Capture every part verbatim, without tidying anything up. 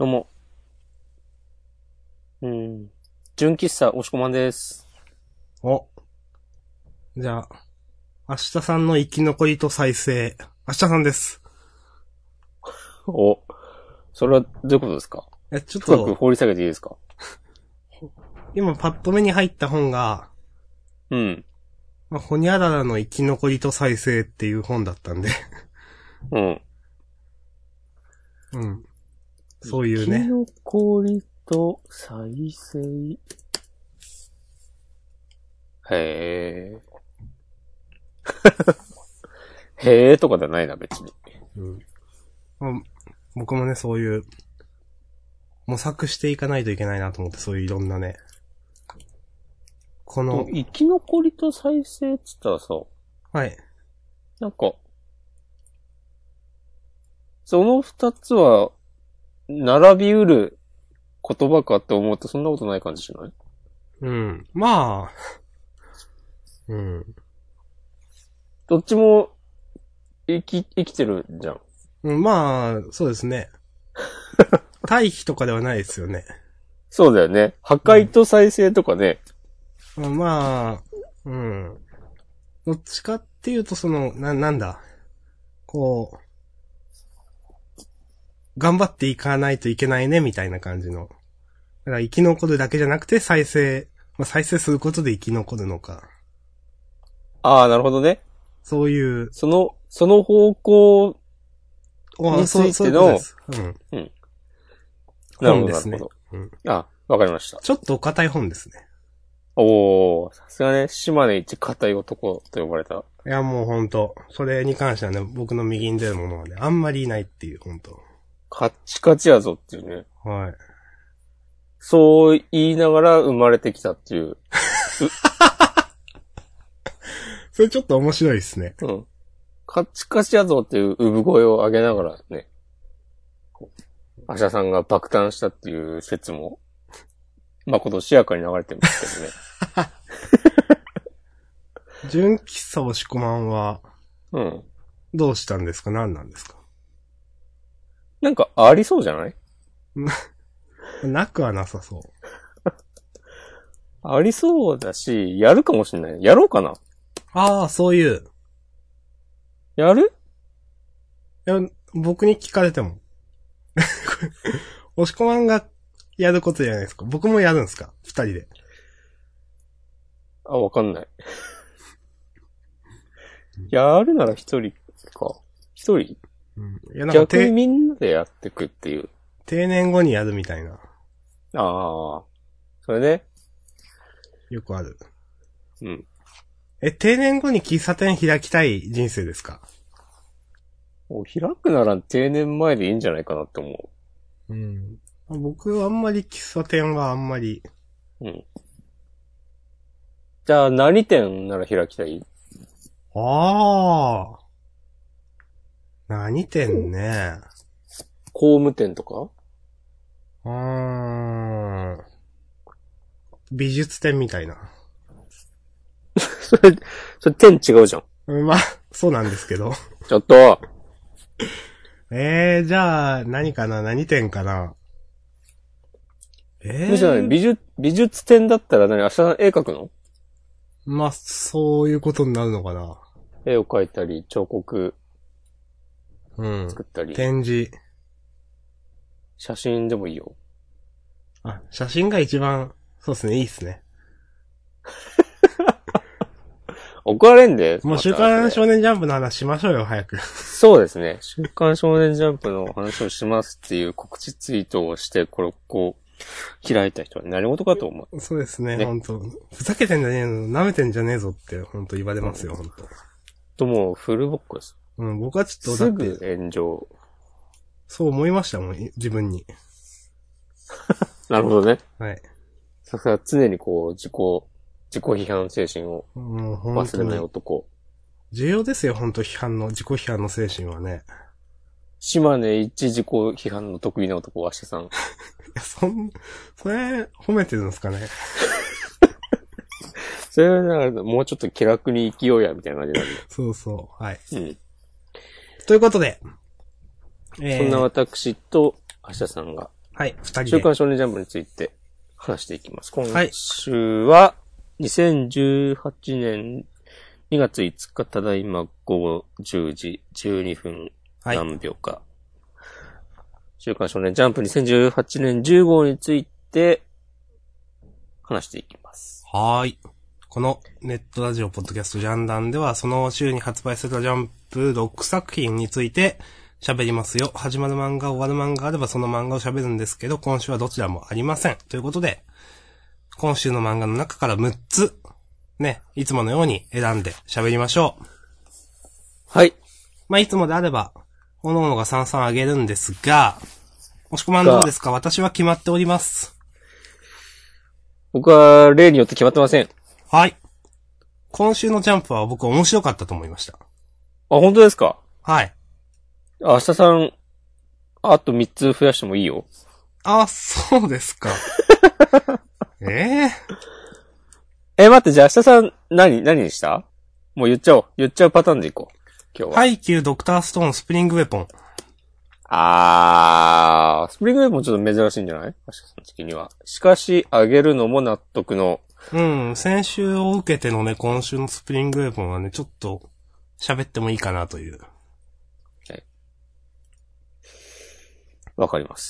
どうも。うん。純喫茶、おしこまんです。 お。じゃあ、明日さんの生き残りと再生。明日さんです。 お。それはどういうことですか？ え、ちょっ深くと、 掘り下げていいですか？ 今パッと目に入った本が、 うん。 まあ、ホニャララの生き残りと再生っていう本だったんで。 うん。 うん。そういうね。 生き残りと再生。へー。へーとかじゃないな、別に。 うん。まあ、僕もね、そういう、模索していかないといけないなと思って、そういういろんなね。この、 生き残りと再生って言ったらさ、 はい。 なんか、その二つは、並びうる言葉かって思うとそんなことない感じしない？ うん。まあ、うん。 どっちも生き、生きてるじゃん。 うん、まあ、そうですね。対比とかではないですよね。 そうだよね。破壊と再生とかね。 うん、まあ、うん。どっちかっていうと、その、な、なんだ。こう、頑張っていかないといけないね、みたいな感じの。だから生き残るだけじゃなくて再生、まあ、再生することで生き残るのか。 ああ、なるほどね。 そういう、 その、その方向あ、 につそう、 いての、 そういうことです。うん。 うん。なるほど、 本ですね。 なるほど。 うん。 あ、わかりました。 ちょっとお堅い本ですね。 おー、さすがね、島根一固い男と呼ばれた。 いや、もうほんと、それに関してはね、僕の右に出るものはね、あんまりいないっていう、ほんと。 カッチカチやぞっていうね。 はい。 そう言いながら生まれてきたっていう。 それちょっと面白いですね。 うん。カッチカチやぞっていう産声を上げながらね。アシャさんが爆誕したっていう説も、まあことしやかに流れてますけどね。 純喫茶押し込まんは、 うん。 どうしたんですか？何なんですか？ なんかありそうじゃない？ なくはなさそう。 ありそうだし、やるかもしれない。やろうかな。 ああ、そういう。 やる？ いや、僕に聞かれても。押し込まんがやることじゃないですか。僕もやるんですか？二人で。 あ、わかんない。やるなら一人か。一人？ うん。いや、なんか逆にて、 みんなでやってくっていう。 定年後にやるみたいな。 ああ。それね。 よくある。 うん。 え、定年後に喫茶店開きたい人生ですか？ もう開くなら定年前でいいんじゃないかなって思うん。僕はあんまり喫茶店はあんまり。 う。うん。じゃあ何店なら開きたい？ ああ。何店ね。 工務店とか？ うーん。美術展みたいな。 それ、それ店違うじゃん。 うん、まあ、そうなんですけど。 ちょっと。 えー、じゃあ、何かな？何店かな？えむしろね、 ー、 美術、美術展だったら何？明日絵描くの？ まあ、そういうことになるのかな。 絵を描いたり、彫刻うん。 作ったり。 展示。 写真でもいいよ。 あ、写真が一番、そうですね、いいっすね。 怒られんで。 もうまた週刊少それ年ジャンプの話しましょうよ、早く。 そうですね。週刊少年ジャンプの話をしますっていう告知ツイートをして、これをこう、開いた人は何事かと思う。 そうですね、 ね本当ふざけてんじゃねえの、舐めてんじゃねえぞって、本当言われますよ、本当ともうフルボッコです。 うん、僕はちょっと、だすってぐ炎上。 そう思いましたもん、自分に。 なるほどね。 はい。 さすが常にこう、自己、自己批判精神をもう本忘れない当に。 男。 重要ですよ、本当批判の、自己批判の精神はね。 島根一自己批判の得意な男、わしさん。 いや、そん、それ、褒めてるんですかね。 それはなんかもうちょっと気楽に生きようや、みたいな感じなんで。 そうそう、はい。 うん。 ということで、えー、 そんな私と、明日さんが、 はい、二人で。 週刊少年ジャンプについて話していきます。今週は、にせんじゅうはちねんにがついつか、ただいまごごじゅうじじゅうにふん何秒か。はい、週刊少年ジャンプにせんじゅうはちねんじゅうごうについて話していきます。 はーい。このネットラジオポッドキャストジャンダンでは、その週に発売されたジャンプろくさく品について喋りますよ。始まる漫画、終わる漫画あればその漫画を喋るんですけど、今週はどちらもありません。ということで、今週の漫画の中からむっつ、ね、いつものように選んで喋りましょう。 はい。 まあ、いつもであれば、おのおのがさんさんあげるんですが、もしこまんどうですか？私は決まっております。 僕は例によって決まってません。 はい。今週のジャンプは僕面白かったと思いました。あ、 本当ですか？ はい。 明日さん、あとみっつ増やしてもいいよ。 あ、そうですか。ええー、 え、待って、じゃあ明日さん、何、何にした？もう言っちゃおう。言っちゃうパターンでいこう。今日は。 ハイキュー、ドクターストーン、スプリングウェポン。 あー、スプリングウェポンちょっと珍しいんじゃない？明日さん的には。しかし、あげるのも納得の。 うん、先週を受けてのね、今週のスプリングウェポンはね、ちょっと、喋ってもいいかなという。 はい。わかります。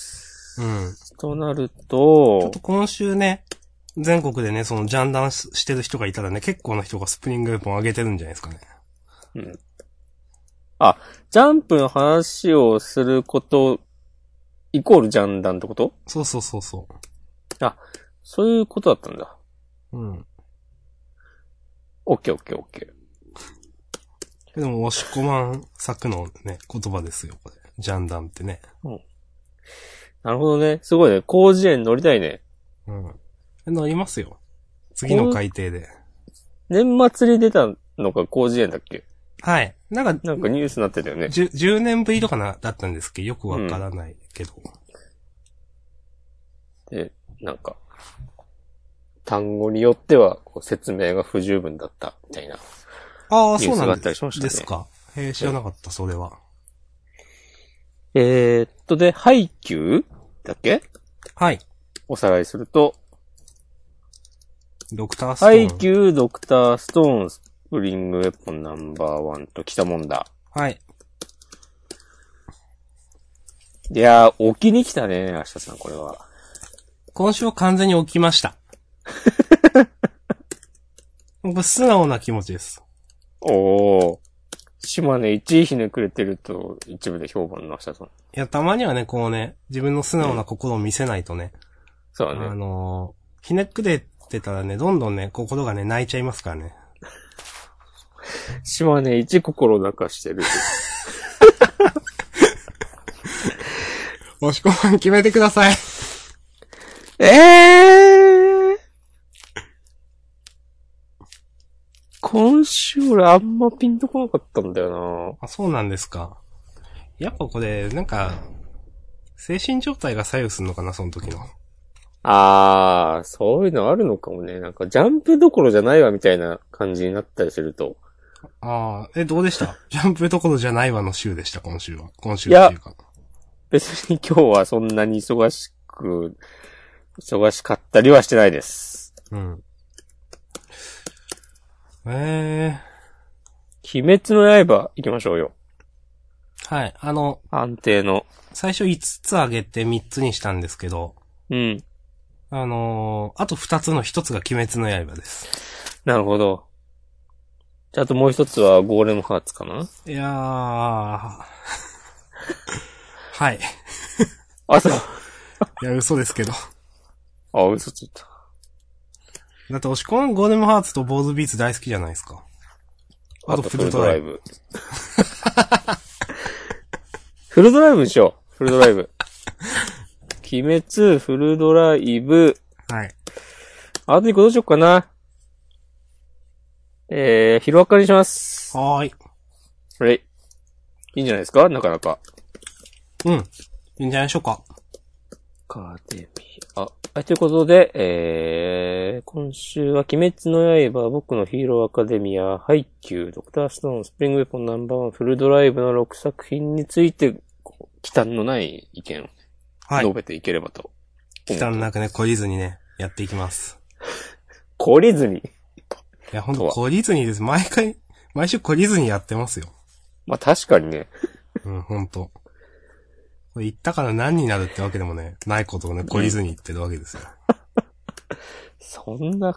うん。 となると、 ちょっと今週ね、全国でね、そのジャンダンしてる人がいたらね、結構な人がスプリングウェポン上げてるんじゃないですかね。 うん。あ、ジャンプの話をすること、イコールジャンダンってこと？ そうそうそうそう。 あ、そういうことだったんだ。 うん。 オッケーオッケーオッケー。でも、押し込まん作のね、言葉ですよ、これ。ジャンダンってね。 うん。なるほどね。すごいね。広辞苑乗りたいね。 うん。乗りますよ。次の改定で。 年末に出たのが広辞苑だっけ？ はい。なんか、 なんかニュースになってたよね。 じゅ、じゅうねんぶりとかな、だったんですけど、よくわからないけど。 うん、で、なんか、単語によってはこう説明が不十分だったみたいな。 ああ、そうなんです、ね、 ですか。へえ、知らなかった、それは。 えー、っとで、ハイキューだっけ？ はい。 おさらいすると、 ドクターストーン。 ハイキュー、ドクターストーン、スプリングウェポンナンバーワンと来たもんだ。 はい。 いやー、置きに来たね、明日さん、これは。 今週は完全に起きました。僕、素直な気持ちです。 おー。島根一位ひねくれてると一部で評判の明日さん。いや、たまにはね、こうね、自分の素直な心を見せないとね。 そうだね。 あのー、ひねくれてたらね、どんどんね、心がね、泣いちゃいますからね。 島根一心泣かしてる。 押し込まん決めてください。 ええー。今週俺あんまピンとこなかったんだよな。あ、そうなんですか。やっぱこれ、なんか、精神状態が左右するのかな、その時の。 あー、そういうのあるのかもね。なんかジャンプどころじゃないわみたいな感じになったりすると。 あー、え、どうでした？ジャンプどころじゃないわの週でした、今週は。今週っていうか。いや、 別に今日はそんなに忙しく、忙しかったりはしてないです。 うん。えー。鬼滅の刃行きましょうよ。 はい。あの、 安定の。 最初いつつあげてみっつにしたんですけど。 うん。 あのー、あとふたつのひとつが鬼滅の刃です。 なるほど。じゃあ、あともう一つはゴーレムハーツかな？ いやー。はい。 あ、そう。 いや、嘘ですけど。 あ、嘘ついた。 だって、押し込んゴーレムハーツとボーズビーツ大好きじゃないですか。あとフルドライブ。 フルドライブにしよう。フルドライブ。鬼滅、フルドライブ。 はい。 あと一個どうしよっかな。えー、ヒロアカにします。 はーい。 はい。いいんじゃないですか？なかなか。 うん。いいんじゃないでしょうか。 アカデミー。あ、はい、ということで、えー、今週は鬼滅の刃、僕のヒーローアカデミア、ハイキュー、ドクターストーン、スプリングウェポンナンバーワン、フルドライブのろくさく品について、忌憚のない意見をはい。 述べていければと。 忌憚なくね、懲りずにね、やっていきます。 懲りずに。いや、ほんと懲りずにです。毎回、毎週懲りずにやってますよ。 まあ確かにね。 うん、ほんと。これ言ったから何になるってわけでもね、ないことをね、懲りずに言ってるわけですよ。 うん、そんな。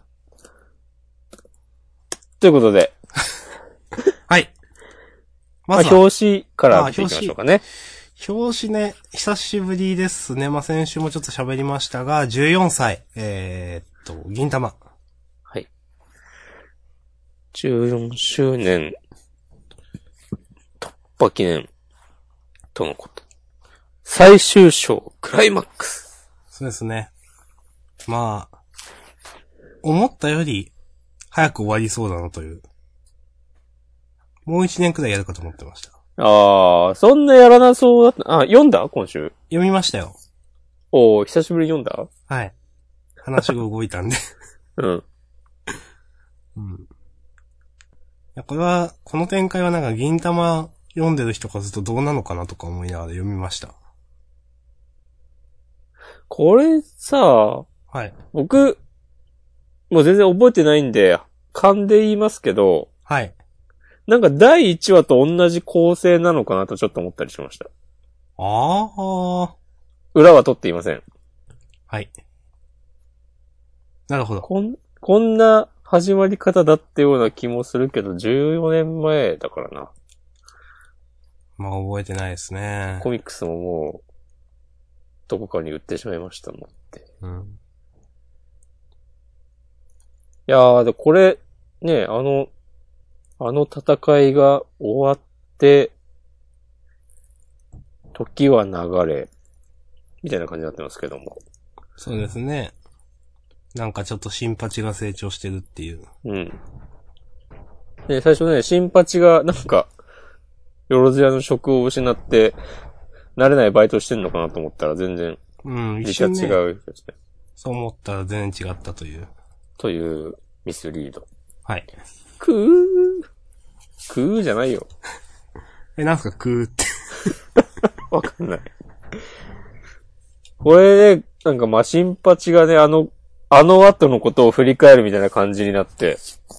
ということで。 はい。 まずは、まあ、表紙から見ていきましょうかね。 表紙ね、久しぶりですね。まあ、先週もちょっと喋りましたが、じゅうよんさい、えー、っと、銀玉。 はい。じゅうよんしゅうねん突破記念とのこと。最終章クライマックス。 そうですね。まあ、思ったより早く終わりそうだなという。もう一年くらいやるかと思ってました。 ああ、そんなやらなそうだった。あ、読んだ今週。 読みましたよ。 おー、久しぶりに読んだはい。話が動いたんで。 うん。 うん。いや、これは、この展開はなんか銀玉読んでる人からするとどうなのかなとか思いながら読みました。 これさ、 はい。 僕、もう全然覚えてないんで、勘で言いますけど、 はい。 なんかだいいちわと同じ構成なのかなとちょっと思ったりしました。 ああ。 裏は取っていません。 はい。なるほど。 こん、こんな始まり方だったような気もするけど、じゅうよねんまえだからな。 まあ覚えてないですね。 コミックスももう、どこかに売ってしまいましたもんって。 うん。 いやー、で、これ、ね、あの、あの戦いが終わって、時は流れ、みたいな感じになってますけども。 そうですね。なんかちょっと新八が成長してるっていう。 うん。で、最初ね、新八がなんか、よろずやの職を失って、慣れないバイトしてんのかなと思ったら全然、 うん、 一緒違う、ね。 そう思ったら全然違ったという。 というミスリード。 はい。 くー。くーじゃないよ。 え、なんすか、くーって。 わかんない。これね、なんかまあ、新八がね、あの、あの後のことを振り返るみたいな感じになって。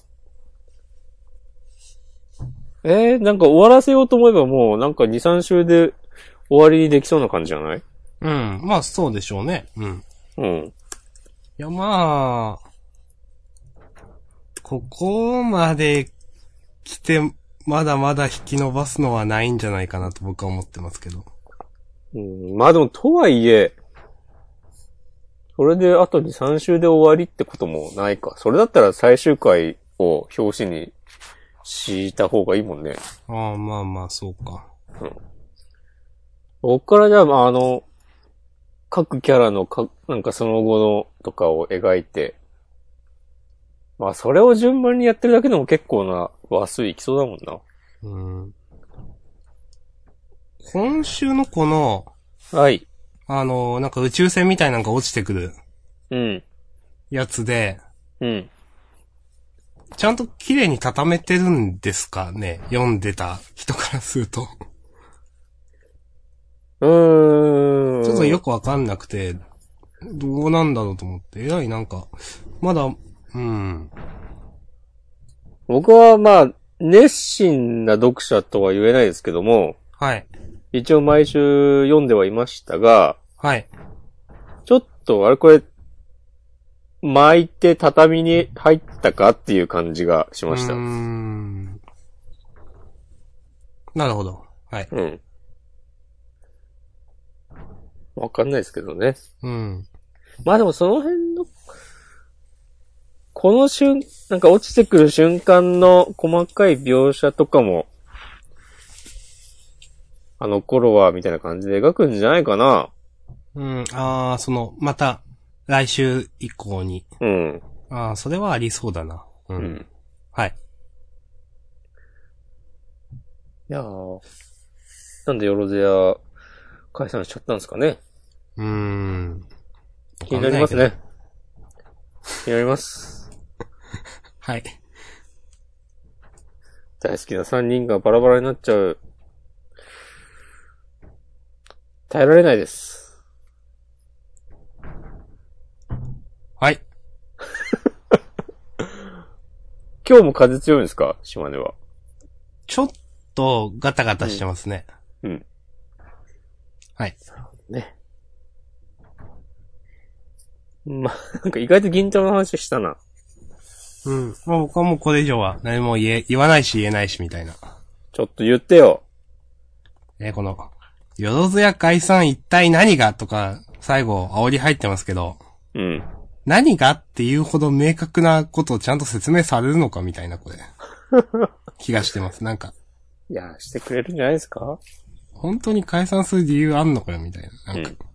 えー、なんか終わらせようと思えばもう、なんかに、さん週で終わりにできそうな感じじゃない？ うん。まあ、そうでしょうね。うん。 うん。いや、まあ、ここまで来て、まだまだ引き伸ばすのはないんじゃないかなと僕は思ってますけど。 うん、まあでも、とはいえ、それであとに、さん週で終わりってこともないか。それだったら最終回を表紙に敷いた方がいいもんね。 ああ、まあまあ、そうか。 うん。こっからじゃあ、まああの、各キャラのか、なんかその後のとかを描いて、まあそれを順番にやってるだけでも結構な話数いきそうだもんな。 うん。今週のこの、 はい。 あの、なんか宇宙船みたいなのが落ちてくる。 うん。 やつで、 うん。 ちゃんと綺麗に畳めてるんですかね、読んでた人からすると。 うーん。 ちょっとよくわかんなくて、どうなんだろうと思って、えらいなんか、まだ、うん。 僕はまあ、熱心な読者とは言えないですけども、 はい。 一応毎週読んではいましたが、 はい。 ちょっと、あれこれ、巻いて畳に入ったかっていう感じがしました。 うーん。なるほど。はい。 うん。わかんないですけどね。 うん。 まあでもその辺の、この瞬、なんか落ちてくる瞬間の細かい描写とかも、あの頃はみたいな感じで描くんじゃないかな。 うん。ああ、その、また、来週以降に。 うん。 ああ、それはありそうだな。うん。うん、はい。 いやー。なんでよろずや解散しちゃったんですかね。 うーん。 気になりますね。気になります。 はい。 大好きなさんにんがバラバラになっちゃう。耐えられないです。 はい。 今日も風強いんですか島根は。 ちょっとガタガタしてますね。 うん。うん、 はい。 ね。まあ、なんか意外と銀太郎の話したな。 うん。まあ僕はもうこれ以上は何も言え、言わないし言えないしみたいな。 ちょっと言ってよ。 えー、この、よろずや解散一体何がとか、最後煽り入ってますけど。 うん。 何がっていうほど明確なことをちゃんと説明されるのかみたいな、これ。気がしてます。なんか。 いや、してくれるんじゃないですか？ 本当に解散する理由あんのかよ、みたいな。なんか。 うん、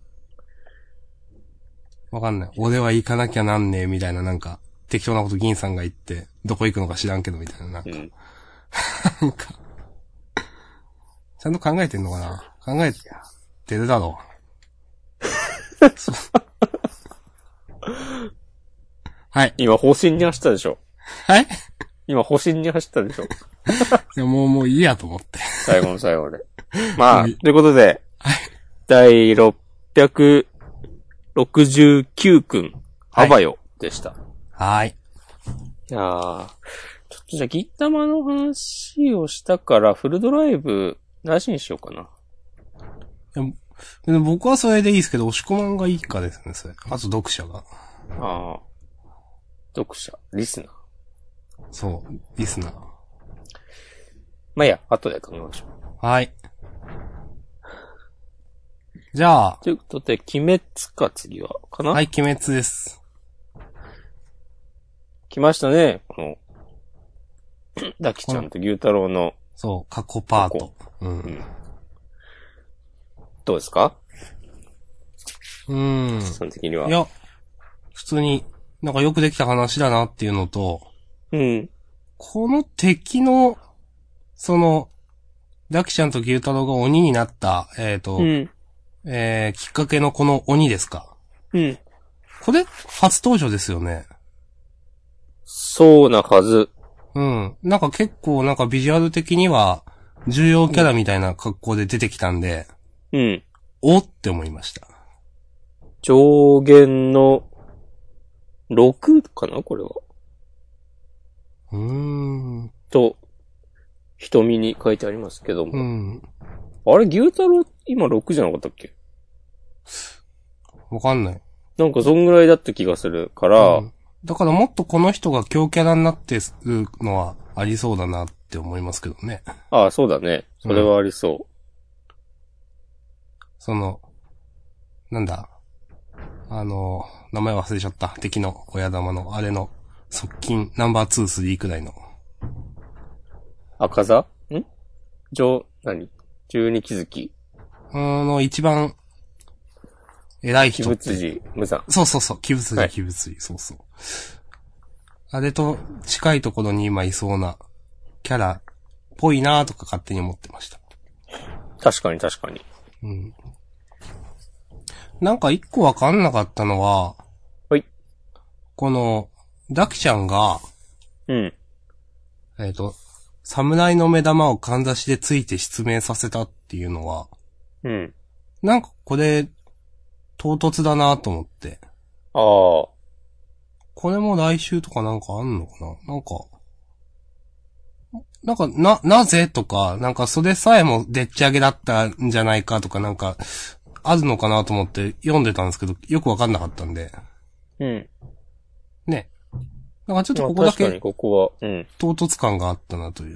わかんない。俺は行かなきゃなんねえ、みたいな、なんか、適当なこと銀さんが言って、どこ行くのか知らんけど、みたいな、なんか。うん、なんか。ちゃんと考えてんのかな？考えてるだろう。そうはい。 今、方針に走ったでしょ。 はい？ 今、方針に走ったでしょ。 いや、もう、もういいやと思って。 最後の最後で。まあ、ということで、はい、だいろっぴゃくろくじゅうきゅうくん、あばよでした。 はい。 いやー、ちょっとじゃあ、ギッタマの話をしたから、フルドライブ、なしにしようかな。 いや僕はそれでいいですけど、押し込まんがいいかですね、それ。あと読者が。 ああ。読者、リスナー。 そう、リスナー。 まあ、いや、後で考えましょう。はい。じゃあ。 ということで、鬼滅か、次は。かな？ はい、鬼滅です。 来ましたね、この、ダキちゃんと牛太郎の。 そう、過去パート。うん。うん、 どうですか？ うーん。 その的には。 いや、普通に、なんかよくできた話だなっていうのと、 うん。 この敵の、その、ダキちゃんと牛太郎が鬼になった、えっ、ー、と、うん、えー、きっかけのこの鬼ですか？ うん。 これ、初登場ですよね。 そうなはず。 うん。なんか結構なんかビジュアル的には、重要キャラみたいな格好で出てきたんで、 うん。 おって思いました。 上限の、ろくかなこれは。 うーん。 と、瞳に書いてありますけども。 うん。 あれ、牛太郎、今ろくじゃなかったっけ？ わかんない。 なんかそんぐらいだった気がするから、うん、 だからもっとこの人が強キャラになってるのはありそうだなって思いますけどね。 ああ、そうだね。それはありそう。うん、 その、なんだ。あの、名前忘れちゃった。敵の親玉の、あれの、側近、ナンバーツー、スリーくらいの。 赤座？ん上、何十二気づき。 うーん、の一番、偉い人。 鬼物寺、無惨。 そうそうそう、鬼物寺、鬼物寺、そうそう。あれと近いところに今いそうな、キャラ、っぽいなーとか勝手に思ってました。 確かに確かに。 うん。なんか一個わかんなかったのは、 はい。 この、ダキちゃんが、 うん。 えっと、侍の目玉をかんざしでついて失明させたっていうのは、 うん。 なんかこれ、唐突だなと思って。 ああ。 これも来週とかなんかあんのかななんか、なんか、な、なぜとか、なんかそれさえもでっち上げだったんじゃないかとかなんか、あるのかなと思って読んでたんですけど、よくわかんなかったんで。 うん。 ね。なんかちょっとここだけ、 確かにここは、うん。 唐突感があったなという。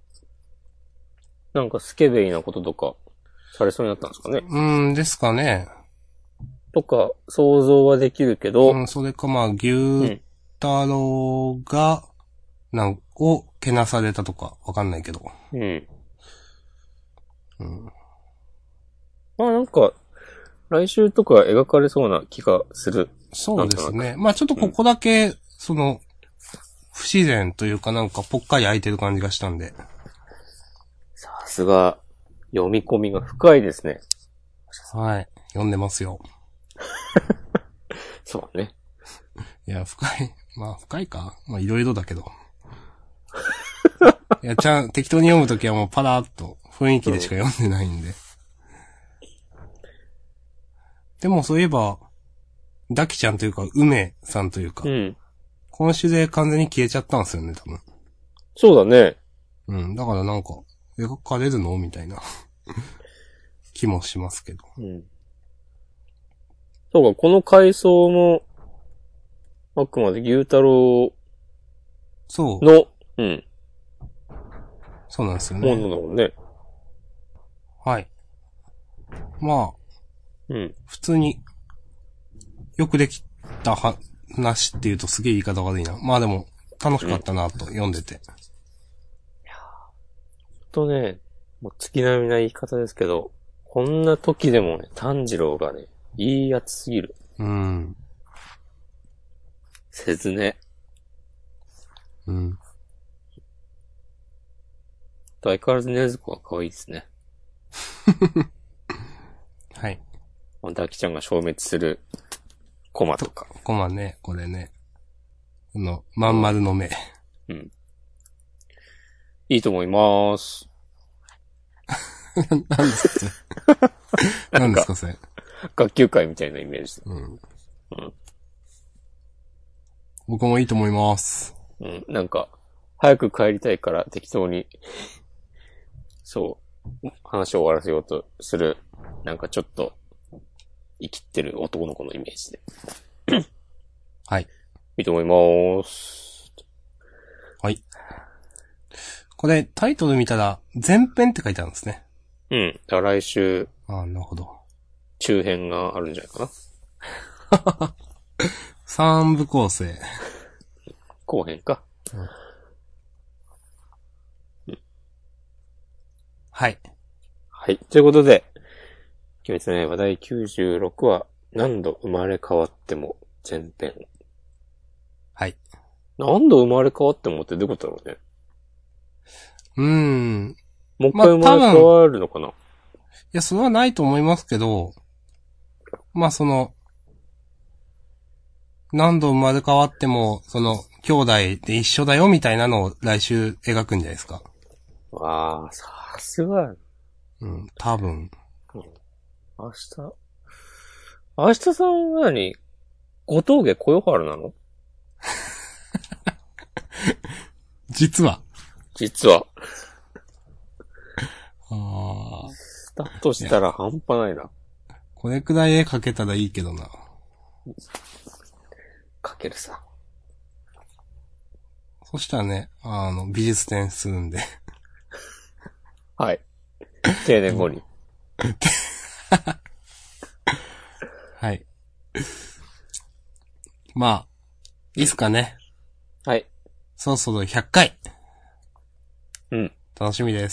なんかスケベイなこととか、されそうになったんですかね。 うーん、ですかね。 とか、想像はできるけど。 うん、それかまあ、牛太郎が、なん、をけなされたとか、わかんないけど。 うん。 うん。 まあなんか、来週とか描かれそうな気がする。 そうですね。まあちょっとここだけ、うん、その、不自然というかなんかぽっかり空いてる感じがしたんで。 さすが、読み込みが深いですね。 はい。読んでますよ。 そうね。 いや、深い。まあ深いか。まあいろいろだけど。いや、ちゃん、適当に読むときはもうパラーっと雰囲気でしか読んでないんで。でもそういえば、 ダキちゃんというか、梅さんというか、 うん。 今週で完全に消えちゃったんですよね、多分。 そうだね。 うん。だからなんか、描かれるのみたいな気もしますけど。 うん。そうか、この回想も、あくまで牛太郎そう。 の、うん。 そうなんですよものね。 だもんね。 はい。まあ、 うん。 普通に、よくできた話っていうとすげえ言い方悪いな。まあでも、楽しかったなと読んでて。 とね、もう月並みな言い方ですけど、こんな時でもね、炭治郎がね、いいやつすぎる。 うん。 切ね。 うん。 相変わらずねずこは可愛いですね。 はい。 ダキちゃんが消滅するコマとか。 コマね、これね。この、まん丸の目。 うん。いいと思います。 何ですか何ですかそれ。 学級会みたいなイメージで。 うん。 うん。 僕もいいと思います。 うん。なんか、早く帰りたいから適当に、そう、話を終わらせようとする、なんかちょっと、生きってる男の子のイメージで。 はい。 いいと思います。 はい。これ、タイトル見たら、前編って書いてあるんですね。 うん。だから来週、 ああ、なるほど。 中編があるんじゃないかな。 三部構成。 後編か。 うん。はい。 はい。ということで、鬼滅の刃だいきゅうじゅうろくわ、何度生まれ変わっても前編。 はい。 何度生まれ変わってもってどういうことだろうね。 うーん。 もう一回生まれ変わるのかな、まあ、 いや、それはないと思いますけど、まあその、何度生まれ変わっても、その、兄弟で一緒だよみたいなのを来週描くんじゃないですか。 ああ、さすが。 うん、多分。 うん、明日、明日さんは何後峠小夜原なの実は。 実は。 ああ。 だとしたら半端ないな。 これくらい絵描けたらいいけどな。 描けるさ。 そしたらね、あの、美術展するんで。 はい。定年後に。 はい。まあ、いいっすかね。 はい。 そろそろひゃっかい。 うん。 楽しみです。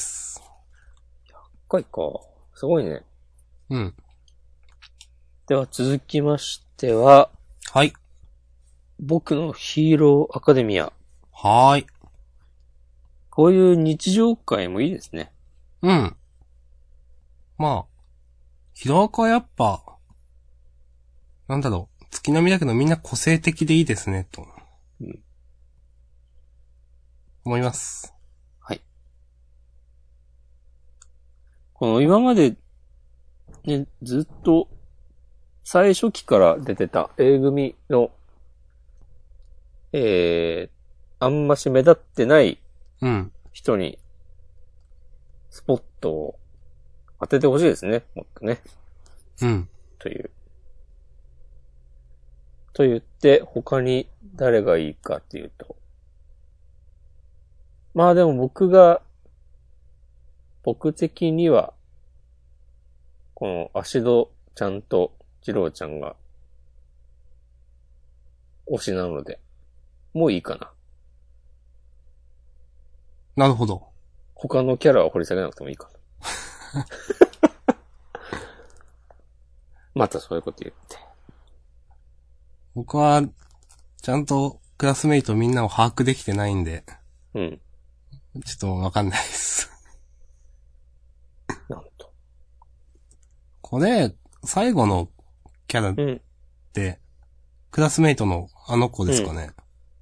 ひゃっかいか。すごいね。 うん。 では続きましては、 はい。 僕のヒーローアカデミア。 はーい。 こういう日常会もいいですね。 うん。まあ、ヒロアカはやっぱ、なんだろう、月並みだけどみんな個性的でいいですね、と。 うん。 思います。 はい。この今まで、ね、ずっと、最初期から出てた A 組の、えー、あんまし目立ってないうん。 人に、スポットを当ててほしいですね。もっとね。 うん。 という。と言って、他に誰がいいかっていうと。まあでも僕が、僕的には、この足戸ちゃんと次郎ちゃんが推しなので、もういいかな。 なるほど。 他のキャラは掘り下げなくてもいいかな。またそういうこと言って。 僕は、ちゃんとクラスメイトみんなを把握できてないんで、 うん。 ちょっとわかんないです。 なんと。 これ、最後のキャラっうん。 て、クラスメイトのあの子ですかね。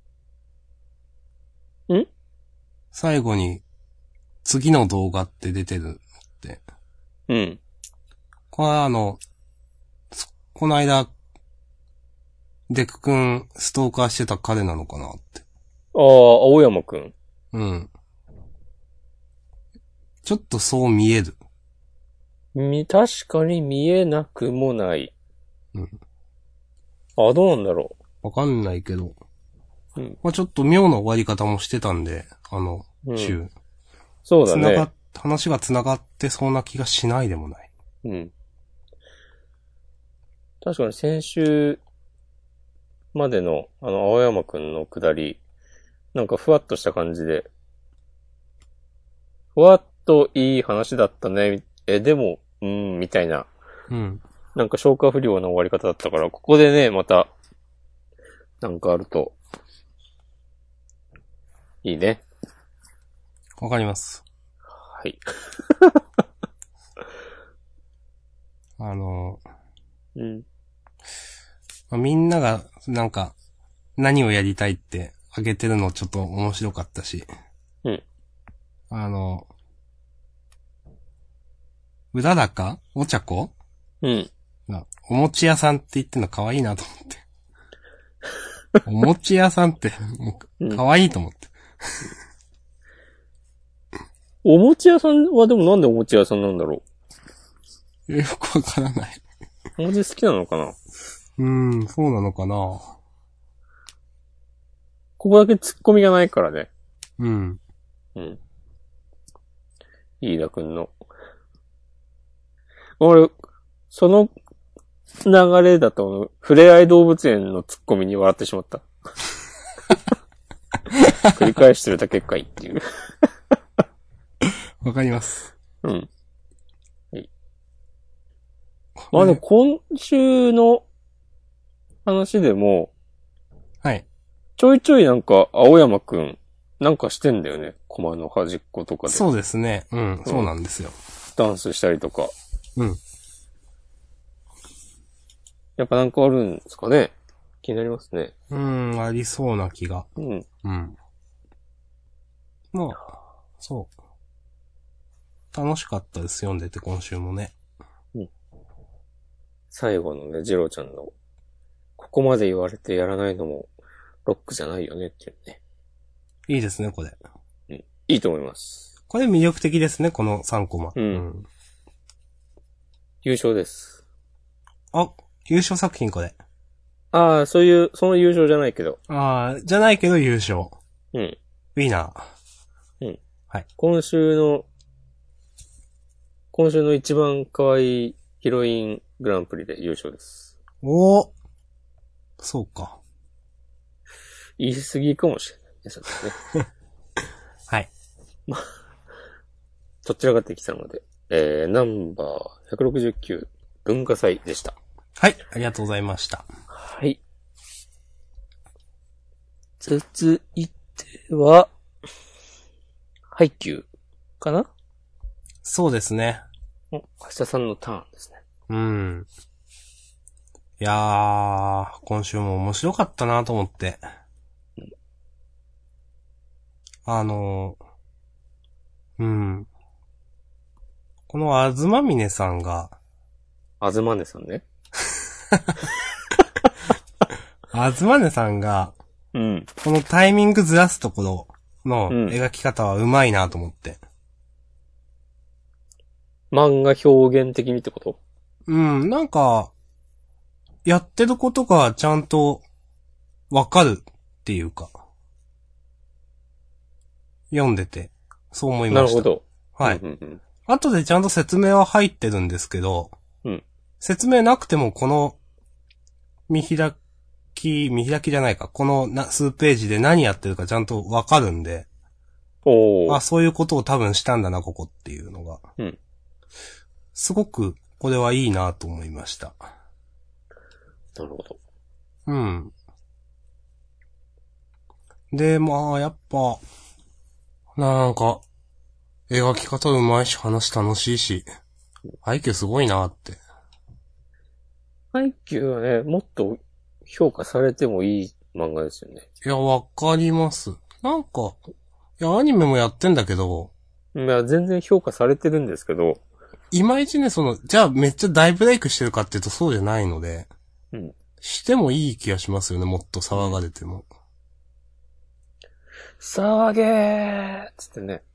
うん？ 最後に、次の動画って出てるって。 うん。 これはあの、この間、 デク君ストーカーしてた彼なのかなって。 ああ、青山くん。 うん。ちょっとそう見える。 み、確かに見えなくもない。 うん。 あ、どうなんだろう。わかんないけど。 うん。 まあちょっと妙な終わり方もしてたんで、あの、週。うん、 そうだね。 繋がっ、話が繋がってそうな気がしないでもない。 うん。確かに先週までの、あの、青山くんの下り、なんかふわっとした感じで、ふわっといい話だったね。え、でも、うーん、みたいな。 うん。 なんか消化不良な終わり方だったから、ここでね、また、なんかあると、いいね。 わかります。 はい。 あの、 うん。 まあ、みんなが、なんか、何をやりたいってあげてるのちょっと面白かったし。 うん。 あの、うららかお茶子うん。 お餅屋さんって言ってんの可愛いなと思って。お餅屋さんって、可愛いと思って。 お餅屋さんはでもなんでお餅屋さんなんだろうよくわからない。 お餅好きなのかなうーん、そうなのかな。 ここだけ突っ込みがないからね。 うん。 うん。飯田くんの。俺、その流れだと、ふれあい動物園の突っ込みに笑ってしまった。繰り返してるだけかいっていう。 わかります。 うん。まあでも今週の話でも、 はい。 ちょいちょいなんか青山くん、なんかしてんだよね。駒の端っことかで。 そうですね。うん、うん、そうなんですよ。 ダンスしたりとか。 うん。 やっぱなんかあるんですかね。気になりますね。 うん、ありそうな気が。 うん。 うん。まあ、そう。楽しかったです、読んでて今週もね。 うん。最後のね、ジローちゃんの、ここまで言われてやらないのも、ロックじゃないよねっていうね。 いいですね、これ。 うん。いいと思います。 これ魅力的ですね、このさんコマ。 うん。うん、優勝です。 あ、優勝作品これ。 ああ、そういう、その優勝じゃないけど。 ああ、じゃないけど優勝。 うん。 ウィナー。うん。 はい。 今週の、今週の一番可愛いヒロイングランプリで優勝です。 おー。そうか。 言い過ぎかもしれないね、それね。 はい。 まあ、どちらかってきたので、えー、ナンバーひゃくろくじゅうきゅう文化祭でした。 はい、ありがとうございました。 はい。続いては、ハイキューかな？ そうですね。 お、明日さんのターンですね。 うん。いやー、今週も面白かったなと思って。うん、あのー、うん。このあずまみねさんが、 あずまねさんね。 あずまねさんが、 うん。 このタイミングずらすところの描き方はうまいなと思って。 うん、漫画表現的にってこと？ うん、なんか、やってることがちゃんとわかるっていうか。読んでて、そう思いました。 なるほど。 はい。 うんうんうん、 後でちゃんと説明は入ってるんですけど、 うん、 説明なくてもこの見開き、見開きじゃないか、このな数ページで何やってるかちゃんとわかるんで、 おあ、そういうことを多分したんだな、ここっていうのが。 うん。 すごく、これはいいなと思いました。 なるほど。 うん。で、まあ、やっぱ、なんか、描き方うまいし、話楽しいし、背景すごいなって。 配給はね、もっと評価されてもいい漫画ですよね。 いや、わかります。なんか、いや、アニメもやってんだけど、 いや、全然評価されてるんですけど、 いまいちね、その、じゃあめっちゃ大ブレイクしてるかっていうとそうじゃないので、 うん。 してもいい気がしますよね、もっと騒がれても。 騒げーつってね。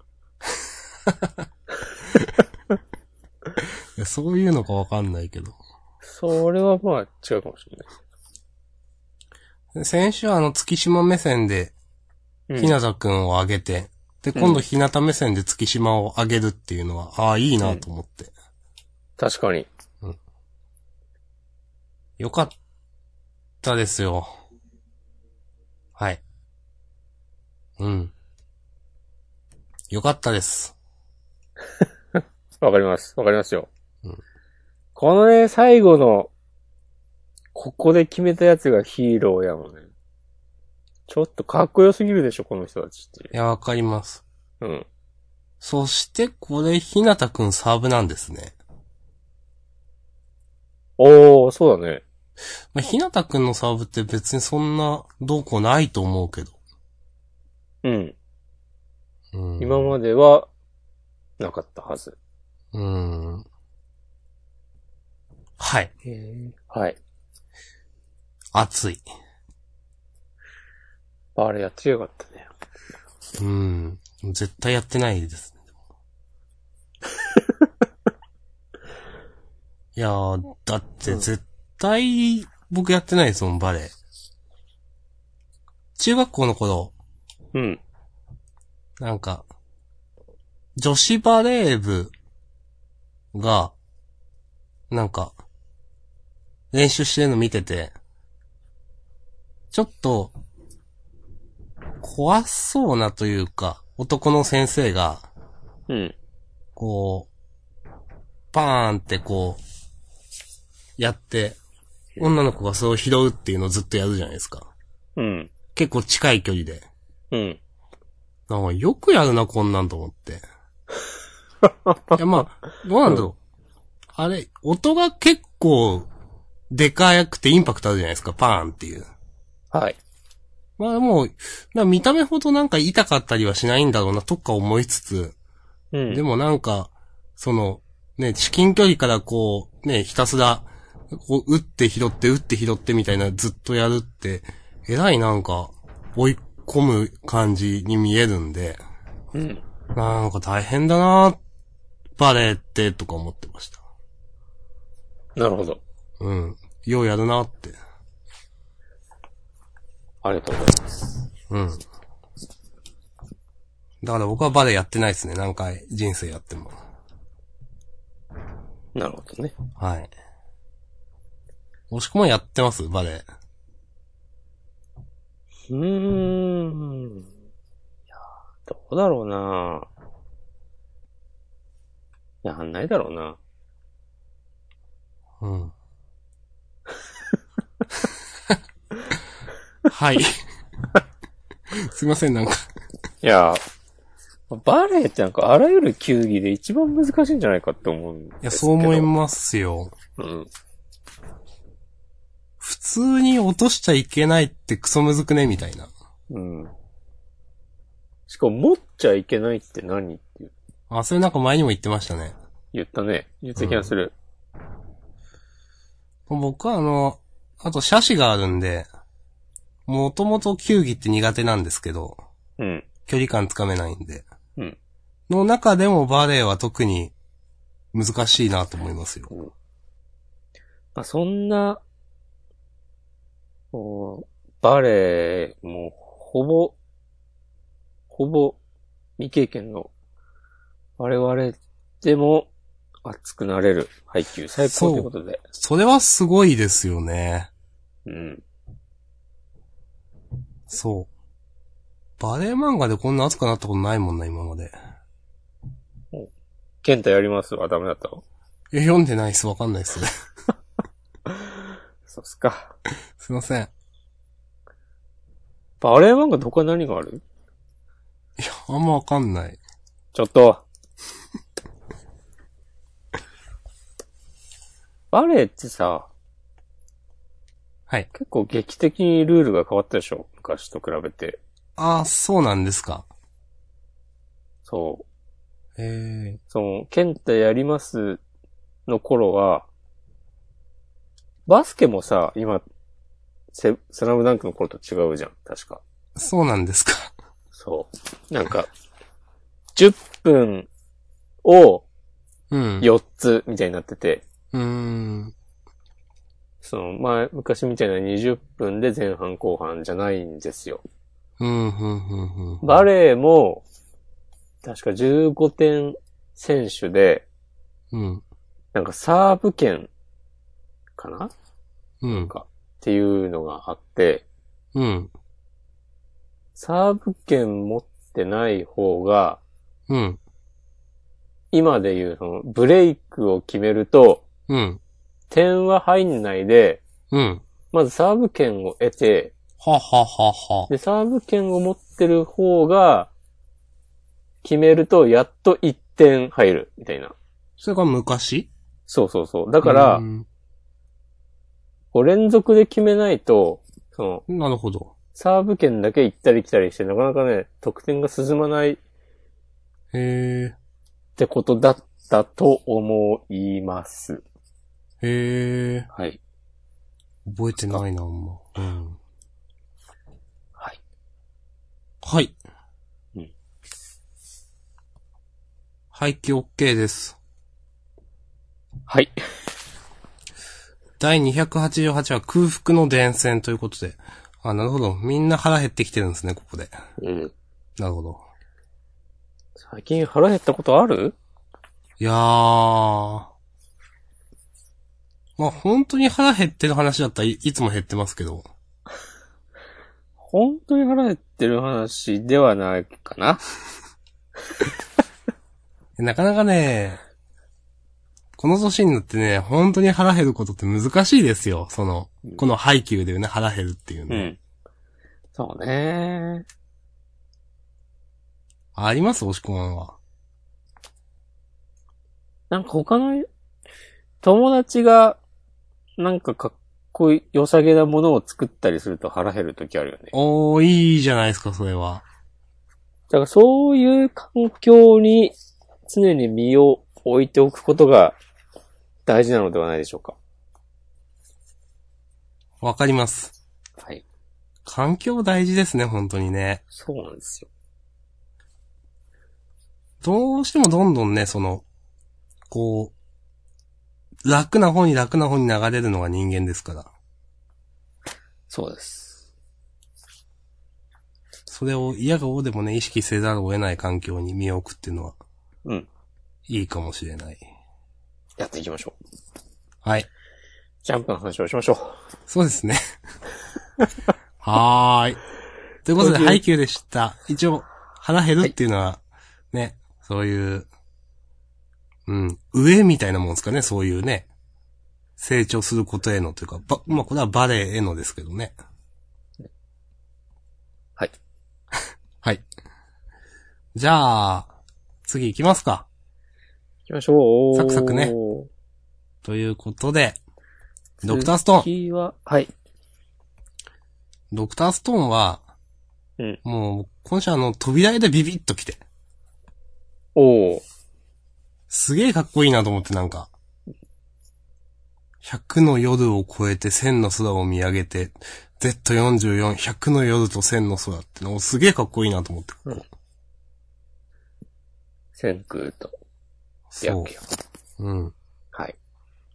いやそういうのかわかんないけど。 それはまあ違うかもしれない。 先週はあの月島目線で、ひなたくんを上げて、で、今度ひなた目線で月島を上げるっていうのは、ああ、いいなと思って。 確かに。 うん。よかったですよ。はい。うん。よかったです。 わかります。わかりますよ。 うん。 このね、最後の、ここで決めたやつがヒーローやもんね。ちょっとかっこよすぎるでしょ、この人たちって。 いや、わかります。 うん。 そして、これ、ひなたくんサーブなんですね。 おー、そうだね。 まあ、ひなたくんのサーブって別にそんな、どうこうないと思うけど。 うん。 うん、 今までは、なかったはず。 うーん。はい。 はい。 熱い。 あれやってよかったね。 うん。絶対やってないですね。いやー、だって絶対、僕やってないですもん、バレエ。中学校の頃。 うん。 なんか、女子バレー部が、なんか、練習してるの見てて、ちょっと、怖そうなというか、男の先生が、 うん。 こう、パーンってこう、やって、女の子がそれを拾うっていうのをずっとやるじゃないですか。 うん。 結構近い距離で。 うん。 なんかよくやるな、こんなんと思って。いや、まあ、どうなんだろう。うん、あれ、音が結構、でかくてインパクトあるじゃないですか、パーンっていう。 はい。 まあもう、見た目ほどなんか痛かったりはしないんだろうな、とか思いつつ、うん、でもなんか、その、ね、至近距離からこう、ね、ひたすら、こう、打って拾って、打って拾ってみたいなずっとやるって、えらいなんか、追い込む感じに見えるんで、 うん。 なんか大変だなバレーって、とか思ってました。 なるほど。 うん。ようやるなって。 ありがとうございます。 うん。だから僕はバレーやってないですね。何回人生やっても。 なるほどね。 はい。もしくもやってますバレー。 うーん。いや、どうだろうなやんないだろうな。 うん。はい。すいません、なんか。 いや、バレーってなんかあらゆる球技で一番難しいんじゃないかって思うんですけど。いや、 そう思いますよ。 うん。 普通に落としちゃいけないってクソむずくねみたいな。 うん。しかも持っちゃいけないって何っていう。 あ、それなんか前にも言ってましたね。 言ったね。言った気がする。 うん、僕はあの、あと斜視があるんで、もともと球技って苦手なんですけど、 うん。 距離感つかめないんで。 うん。 の中でもバレーは特に難しいなと思いますよ。うん、 まあ、そんな、バレーもほぼ、ほぼ未経験の我々でも熱くなれる配球最高ということで。 そ、それはすごいですよね。 うん。 そう。バレー漫画でこんな熱くなったことないもんな、今まで。 お、ケンタやりますはダメだったの？ いや、読んでないっす。わかんないっす。 そうっすか。 すいません。 バレー漫画どこは何がある？ いや、あんまわかんない。 ちょっと。バレーってさ、 はい。 結構劇的にルールが変わったでしょ？昔と比べて。 ああ、そうなんですか。 そう。 へえ。 その、ケンタやりますの頃は、バスケもさ、今、 セ、スラムダンクの頃と違うじゃん、確か。 そうなんですか。 そう。なんか、じゅっぷんをうん。 よっつみたいになってて、 うーん。 その、前、昔みたいなにじゅっぷんで前半後半じゃないんですよ。 うん、うん、うん、うん。 バレーも、確かじゅうごてん選手で、 うん。 なんかサーブ権かなうん。 なんか、っていうのがあって、 うん。 サーブ権持ってない方が、 うん。 今でいうそのブレイクを決めると、 うん。 点は入んないで、 うん。 まずサーブ権を得て、 はははは。 で、サーブ権を持ってる方が、決めるとやっといってん入る、みたいな。 それが昔そうそうそう。だかうら、 んこう連続で決めないと、その、 なるほど。 サーブ権だけ行ったり来たりして、なかなかね、得点が進まないっへえ。 てことだったと思います。 へえ。 はい。 覚えてないな、あんま。うん。 はい。 はい。 うん。 廃棄 OK です。 はい。 だいにひゃくはちじゅうはちは空腹の伝染ということで。あ、なるほど。みんな腹減ってきてるんですね、ここで。 うん。 なるほど。 最近腹減ったことある？ いやー。まあ、本当に腹減ってる話だったらい、いつも減ってますけど。 本当に腹減ってる話ではないかな。 なかなかね、この年になってね、本当に腹減ることって難しいですよ。その、この配給でね、腹減るっていうね。 うん。そうね。 あります押し込まんは。 なんか他の友達が、なんかかっこいい、良さげなものを作ったりすると腹減るときあるよね。 おー、いいじゃないですか、それは。 だからそういう環境に常に身を置いておくことが大事なのではないでしょうか。 わかります。 はい。 環境大事ですね、本当にね。 そうなんですよ。 どうしてもどんどんね、その、こう、楽な方に楽な方に流れるのが人間ですから。 そうです。 それを嫌がおうでもね、意識せざるを得ない環境に身を置くっていうのは、 うん。 いいかもしれない。 やっていきましょう。 はい。 ジャンプの話をしましょう。 そうですね。はーい。ということで、配給でした。一応、腹減るっていうのは、ね、そういう、うん、上みたいなもんですかね、そういうね。成長することへのというか、ば、まあ、これはバレエへのですけどね。 はい。 はい。じゃあ、次行きますか。 行きましょう。 サクサクね。ということで、ドクターストーン。 次は、はい。 ドクターストーンは、 うん。 もう、今週あの、扉絵でビビッと来て。 おー。 すげえかっこいいなと思ってなんか。ひゃくの夜を超えてせんの空を見上げて、ゼットよんじゅうよん、ひゃくの夜とせんの空ってのすげえかっこいいなと思って。 うん。千空と、 そう。うん。 はい。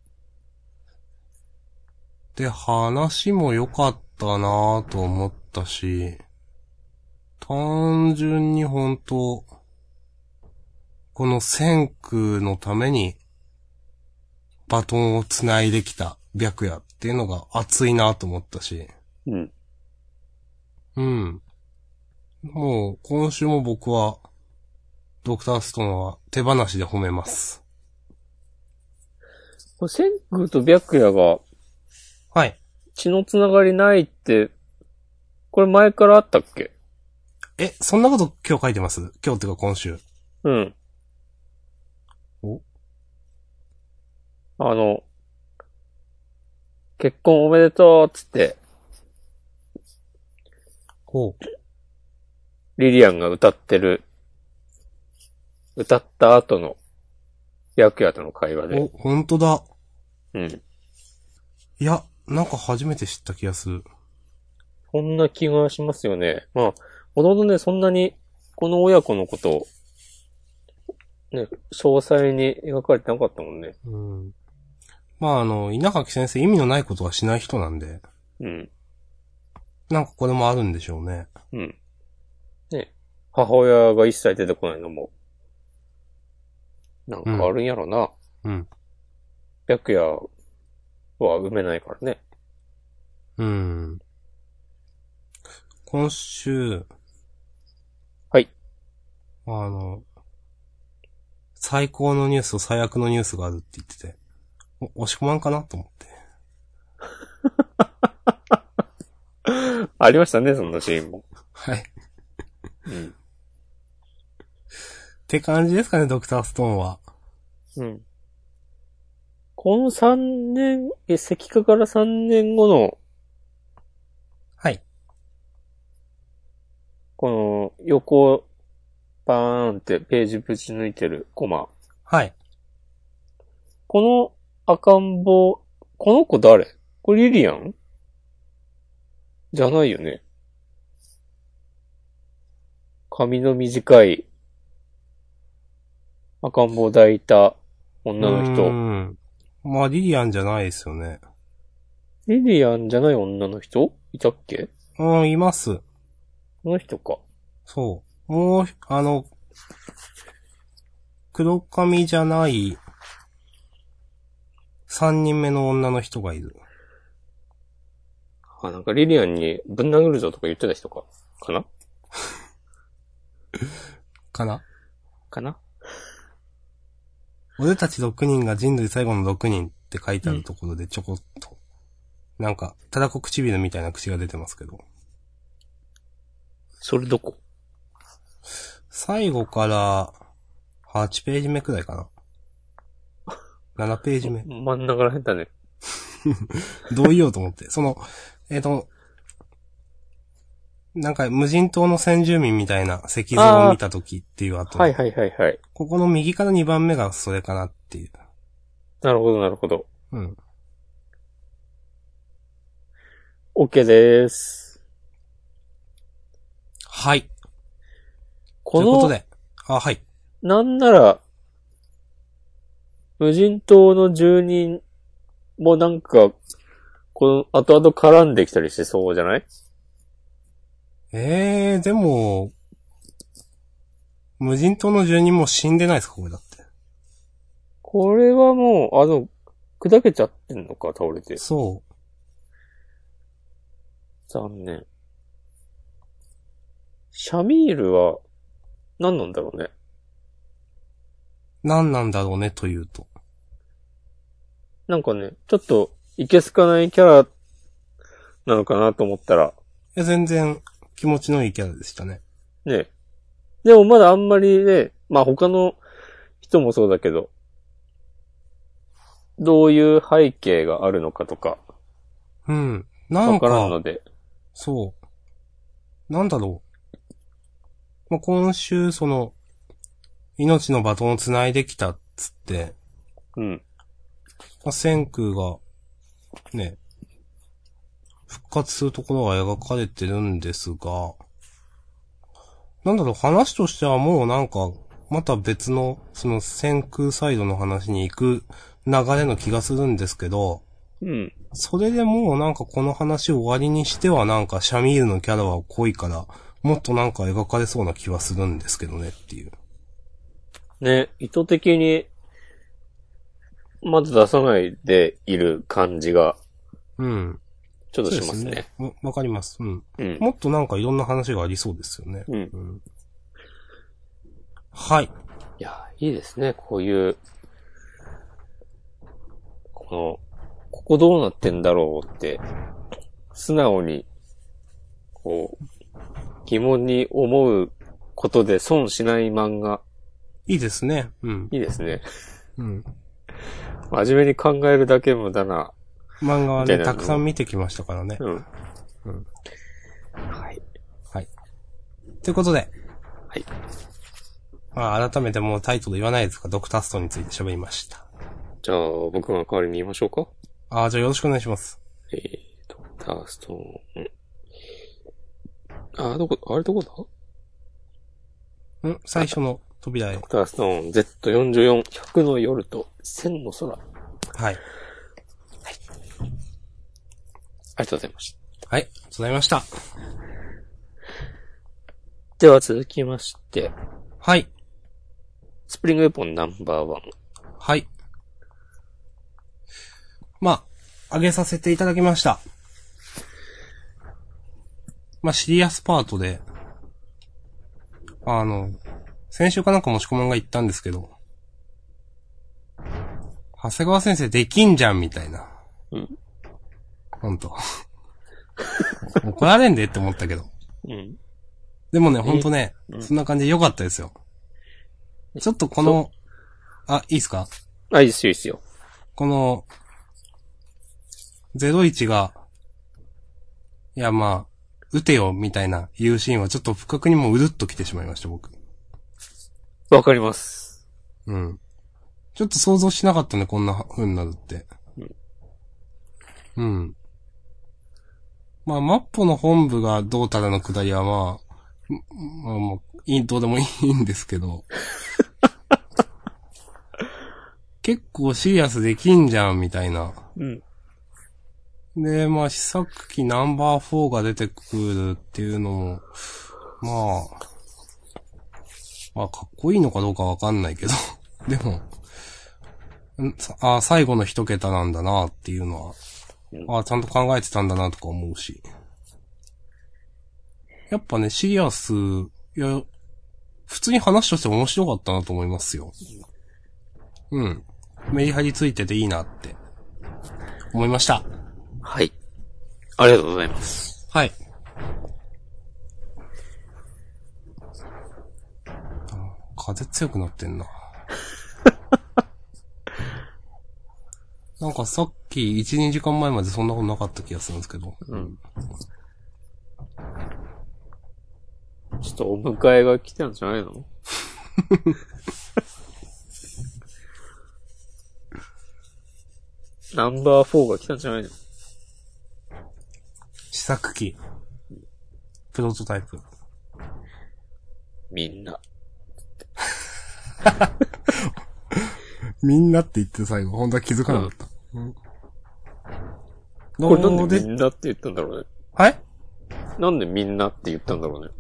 で、話も良かったなと思ったし、単純に本当この千空のために、バトンを繋いできた白夜っていうのが熱いなと思ったし。 うん。 うん。もう、今週も僕は、ドクターストーンは手放しで褒めます。 これ、千空と白夜が、 はい。 血のつながりないって、これ前からあったっけ？ え、そんなこと今日書いてます？今日っていうか今週。 うん。 お？ あの、結婚おめでとうっつって、 ほう。 リリアンが歌ってる、歌った後の、白夜との会話で。 お、ほんとだ。 うん。 いや、なんか初めて知った気がする。 そんな気がしますよね。まあ、ほとんどね、そんなに、この親子のことを、ね、詳細に描かれてなかったもんね。 うん。まああの、稲垣先生意味のないことはしない人なんで、 うん。 なんかこれもあるんでしょうね。 うん。ね。母親が一切出てこないのも、なんかあるんやろな。 うん。 白夜は埋めないからね。 うん。今週、 はい。 あの、最高のニュースと最悪のニュースがあるって言ってて、お押し込まんかなと思って。 ありましたね、そんなシーンも。 はい。 うん。 って感じですかね、ドクターストーンは。 うん。このさんねん、え、石化からさんねんごの、 はい。 この横、バーンってページぶち抜いてるコマ。 はい。 この赤ん坊、この子誰？これリリアン？じゃないよね。髪の短い赤ん坊を抱いた女のうー人。 ん。まあ、リリアンじゃないですよね。 リリアンじゃない女の人いたっけ？ うん、います。 この人か。 そう。もう、あの、黒髪じゃない、三人目の女の人がいる。 あ、なんかリリアンにぶん殴るぞとか言ってた人か。かなかなかな俺たちろくにんが人類最後のろくにんって書いてあるところでちょこっと。なんか、たらこ唇みたいな口が出てますけど。 それどこ？ 最後からはちページ目くらいかな。ななページ目。 真ん中らへんだね。 どう言おうと思って。その、えっ、と、なんか無人島の先住民みたいな石像を見たときっていう後、 はいはいはいはい。 ここの右からにばんめがそれかなっていう。 なるほどなるほど。 うん。 OK でーす。 はい。 ことの、 いうことで。あ、はい。 なんなら、無人島の住人もなんか、この後々絡んできたりしてそうじゃない？ えー、でも、無人島の住人も死んでないですかこれだって。 これはもう、あの、砕けちゃってんのか、倒れて。 そ残念。シャミールは、何なんだろうね。 う。何なんだろうねというと。 なんかね、ちょっと、いけすかないキャラ、なのかなと思ったら、 いや、全然気持ちのいいキャラでしたね。 ね。でもまだあんまりね、まあ他の人もそうだけど、どういう背景があるのかとか、 うん。なんわからんか、 ので。 そう。なんだろう。まあ、今週、その、命のバトンを繋いできたっつって、 うん。 まあ、千空が、ね、復活するところが描かれてるんですが、なんだろう、話としてはもうなんか、また別の、その千空サイドの話に行く流れの気がするんですけど、 うん。 それでもうなんかこの話を終わりにしてはなんかシャミールのキャラは濃いから、もっとなんか描かれそうな気はするんですけどねっていう。 ね、意図的に、まず出さないでいる感じが、 うん。 ちょっとしますね。 そうですね。わ、わかります。うん。 うん。 もっとなんかいろんな話がありそうですよね。 うん。 うん、はい。 いや、いいですね、こういう、この、ここどうなってんだろうって、素直に、こう、疑問に思うことで損しない漫画。 いいですね。うん。 いいですね。 うん。 真面目に考えるだけ無駄な。 漫画はね、たくさん見てきましたからね。 うん。 うん。 はい。 はい。ということで。 はい。 まあ、改めてもうタイトル言わないですが、ドクターストーンについて喋りました。 じゃあ、僕が代わりに言いましょうか。 ああ、じゃあよろしくお願いします。 えー、ドクターストーン。 あ、どこ、あれどこだ？ ん最初の扉へ。 ドクターストーン ゼットよんじゅうよん、ひゃくの夜と千の空。はい。 はい。 ありがとうございました。 はい。ありがとうございました。 では続きまして。 はい。 スプリングウェポンナンバーワン。 はい。まあ、上げさせていただきました。まあ、シリアスパートで、あの、先週かなんかもしこまんが言ったんですけど、長谷川先生できんじゃんみたいな。 うん。 ほんと。怒られんでって思ったけど。 うん。 でもね、ほんとね、 うん、 そんな感じで良かったですよ。ちょっとこの、あ、いいっすか？ あ、いいですよ、いいですよ。 この、ゼロイチが、いやまあ、撃てよ、みたいな言うシーンはちょっと不覚にもうるっと来てしまいました、僕。 わかります。 うん。ちょっと想像しなかったね、こんな風になるって。うん。うん。まあ、マッポの本部がどうたらのくだりはまあ、まあもう、いい、どうでもいいんですけど。結構シリアスできんじゃん、みたいな。 うん。 で、まあ、試作機ナンバーフォーが出てくるっていうのも、まあ、まあ、かっこいいのかどうかわかんないけど。でも、あ、最後の一桁なんだなっていうのは、うん、あ、ちゃんと考えてたんだなとか思うし。やっぱね、シリアス、いや、普通に話として面白かったなと思いますよ。うん。メリハリついてていいなって、思いました。 はい。ありがとうございます。 はい。風強くなってんな。なんかさっきいち、にじかんまえまでそんなことなかった気がするんですけど。 うん。ちょっとお迎えが来たんじゃないの？ナンバーフォーが来たんじゃないの？ 試作機。プロトタイプ。 みんな。 みんなって言って最後、本当は気づかなかった。うん、 これなんでみんなって言ったんだろうね。 はいなんでみんなって言ったんだろうね。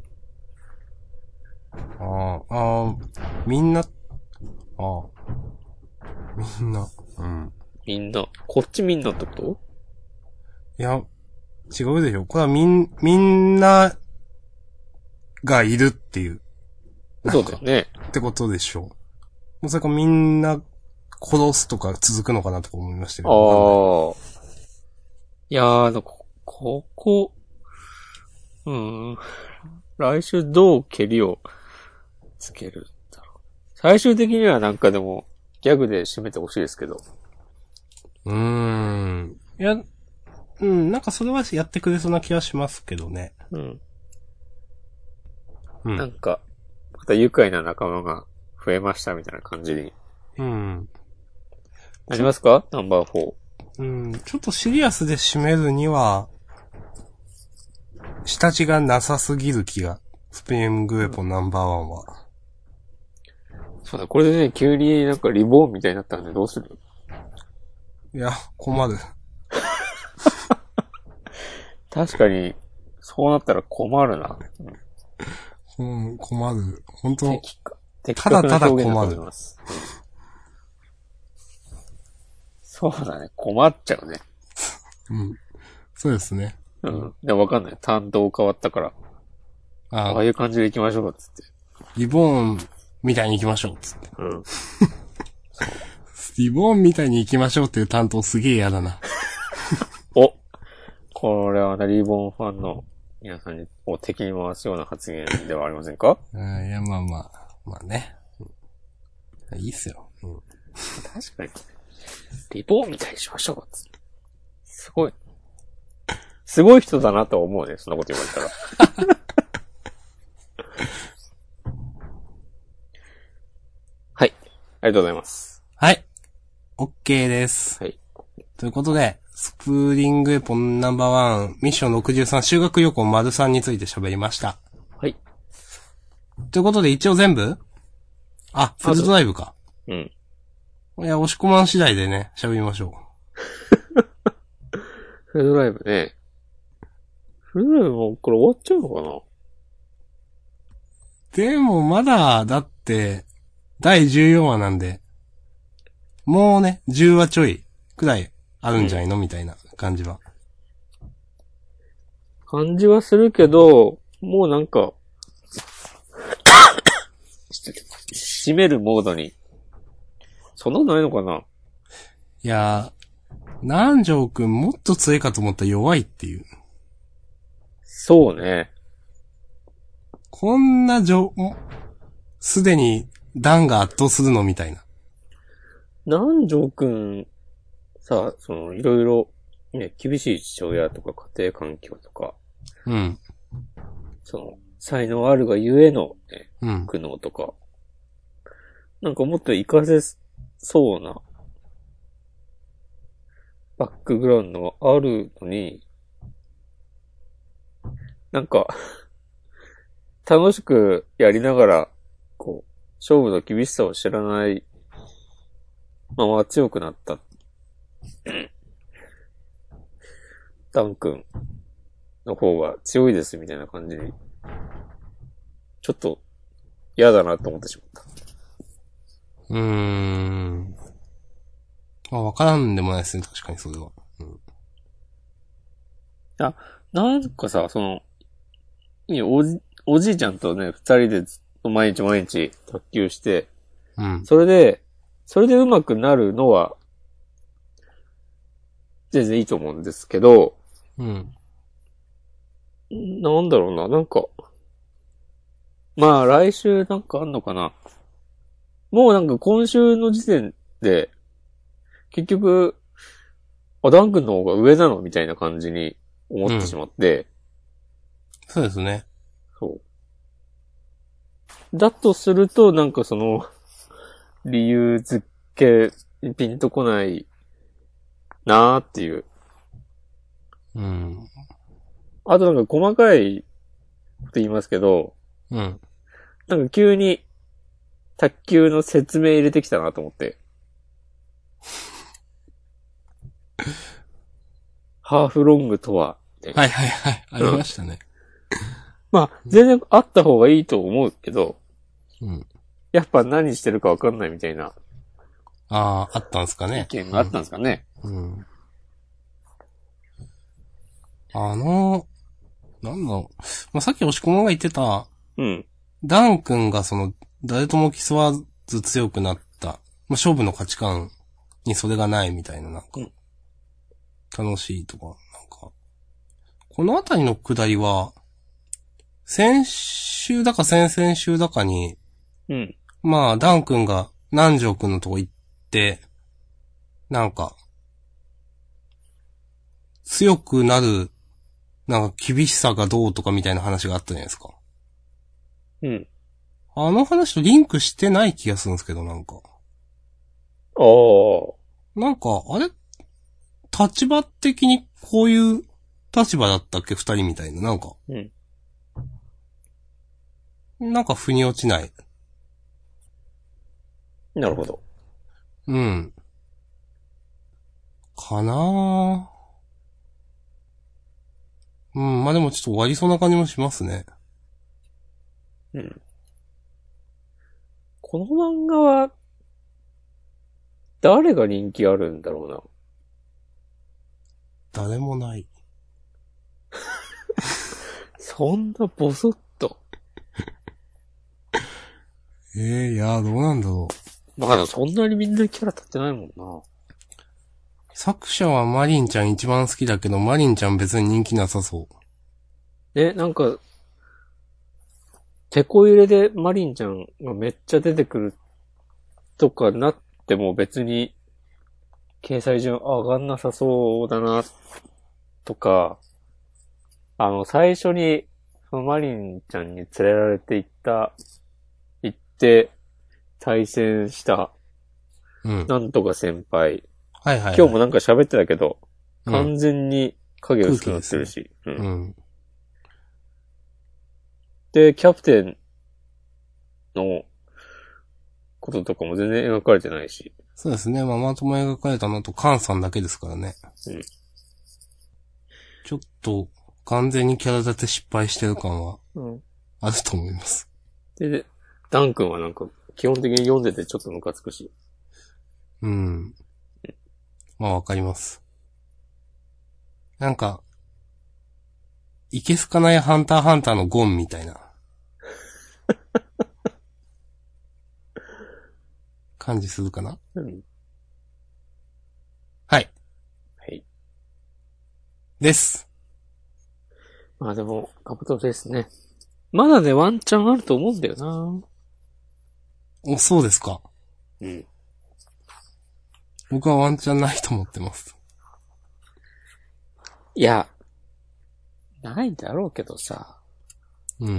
ああ、ああ、みんな、ああ、みんな、うん。 みんな、こっちみんなってこと？ いや、違うでしょ。これはみん、みんながいるっていう。 そうだよね。 ってことでしょう。もうそれかみんな殺すとか続くのかなとか思いましたけど。ああ。いやー、こ、ここ、うん。来週どう蹴りをつけるんだろう。最終的にはなんかでも、ギャグで締めてほしいですけど。 うーん。いや、うん、なんかそれはやってくれそうな気がしますけどね。 うん。 うん。 なんか、また愉快な仲間が増えましたみたいな感じに。 うん。 ありますか？ナンバーフォー。 うん、ちょっとシリアスで締めるには、下地がなさすぎる気が。スプリングウェポンナンバーワンは。 そうだ、これでね、急になんかリボーンみたいになったんでどうする？ いや、困る。 確かに、そうなったら困るな。 うん、困る。本当的ただただ困る。 そうだね、困っちゃうね。 うん。そうですね。 うん。でもわかんない。担当変わったから。ああ、ああいう感じで行きましょう、つって。 リボーンみたいに行きましょう、つって。 うん。 リボーンみたいに行きましょうっていう担当すげえ嫌だな。 おこれはね、リボーンファンの皆さんにを敵に回すような発言ではありませんか？ あいや、まあまあ、まあね。うん、いいっすよ。うん、 確かに。リボーンみたいにしましょう、つって。すごい。すごい人だなと思うね、そんなこと言われたら。はい。ありがとうございます。 はい。OK です。 はい。 ということで、 スプリングエポンナンバーワン、ミッションろくじゅうさん、修学旅行丸さんについて喋りました。 はい。 ということで一応全部あ、フルドライブか。 うん。 いや、押し込まん次第でね、喋りましょう。フルドライブね。フルドライブもこれ終わっちゃうのかな？ でもまだ、だって、だいじゅうよんわなんで、もうね、じゅうわちょいくらいあるんじゃないの、うん、みたいな感じは。 感じはするけど、もうなんか、締めるモードに、そんなのないのかな？ いやー、南條くんもっと強いかと思ったら弱いっていう。 そうね。 こんなじょ、すでに段が圧倒するのみたいな。 南條くん、さ、その、いろいろ、ね、厳しい父親とか家庭環境とか、 うん。 その、才能あるがゆえの、ね、 うん、 苦悩とか、なんかもっと活かせそうな、バックグラウンドがあるのに、なんか、楽しくやりながら、こう、勝負の厳しさを知らないまま強くなった。ダン君の方が強いですみたいな感じに、ちょっと嫌だなと思ってしまった。 うーん。まあ、わからんでもないですね、確かにそれは。うん、 あ、なんかさ、その、おじ、おじいちゃんとね、二人で毎日毎日卓球して、 うん。 それで、それで上手くなるのは、全然いいと思うんですけど、 うん。 なんだろうな、なんか、まあ来週なんかあんのかな。もうなんか今週の時点で、結局、あ、ダン君の方が上なのみたいな感じに思ってしまって、うん、 そうですね。 そう。だとすると、なんかその、理由付け、ピンとこないなーっていう。 うん。 あとなんか細かいこと言いますけど、 うん。 なんか急に卓球の説明入れてきたなと思って。ハーフロングとは。 はいはいはい。ありましたね。 うん、まあ、全然あった方がいいと思うけど、 うん。 やっぱ何してるかわかんないみたいな。 ああ、あったんすかね。 意見があったんですかね。 うん。うん、あの、なんだろう。まあ、さっき押し込まが言ってた、 うん。 ダン君がその、誰とも競わず強くなった。まあ、勝負の価値観にそれがないみたいな、なんか、うん、楽しいとか、なんか、このあたりのくだりは、先週だか先々週だかに、 うん。 まあ、ダン君が南條君のとこ行って、なんか、強くなる、なんか厳しさがどうとかみたいな話があったじゃないですか。 うん。 あの話とリンクしてない気がするんですけど、なんか。 ああ。 なんか、あれ立場的にこういう立場だったっけ二人みたいな、なんか。 うん。 なんか腑に落ちない。 なるほど。 うん。かなぁ。うん、まあでもちょっと終わりそうな感じもしますね。 うん。この漫画は、誰が人気あるんだろうな。 誰もない。 そんなボソッと。 ええー、いやーどうなんだろう。まだそんなにみんなキャラ立ってないもんな。 作者はマリンちゃん一番好きだけど、マリンちゃん別に人気なさそう。 え、なんか、手こ入れでマリンちゃんがめっちゃ出てくるとかなっても別に、掲載順上がんなさそうだな、とか、あの、最初に、そのマリンちゃんに連れられて行った、行って、対戦した、 うん。 なんとか先輩。 はいはい、はい。 今日もなんか喋ってたけど、 完全に影薄くなってるし。うん。 うん。 で、キャプテンのこととかも全然描かれてないし。 そうですね。ママ友描かれたのとカンさんだけですからね。 うん。 ちょっと、完全にキャラ立て失敗してる感は、あると思います。 うん、で、ダン君はなんか、基本的に読んでてちょっとムカつくし。 うん。まあわかります。なんか、いけすかないハンターハンターのゴンみたいな。感じするかな、 うん、 はい。 はい。 です。 まあでも、カブトですね。まだね、ワンチャンあると思うんだよな。 お、そうですか。 うん。 僕はワンチャンないと思ってます。 いや、ないんだろうけどさ。 うん。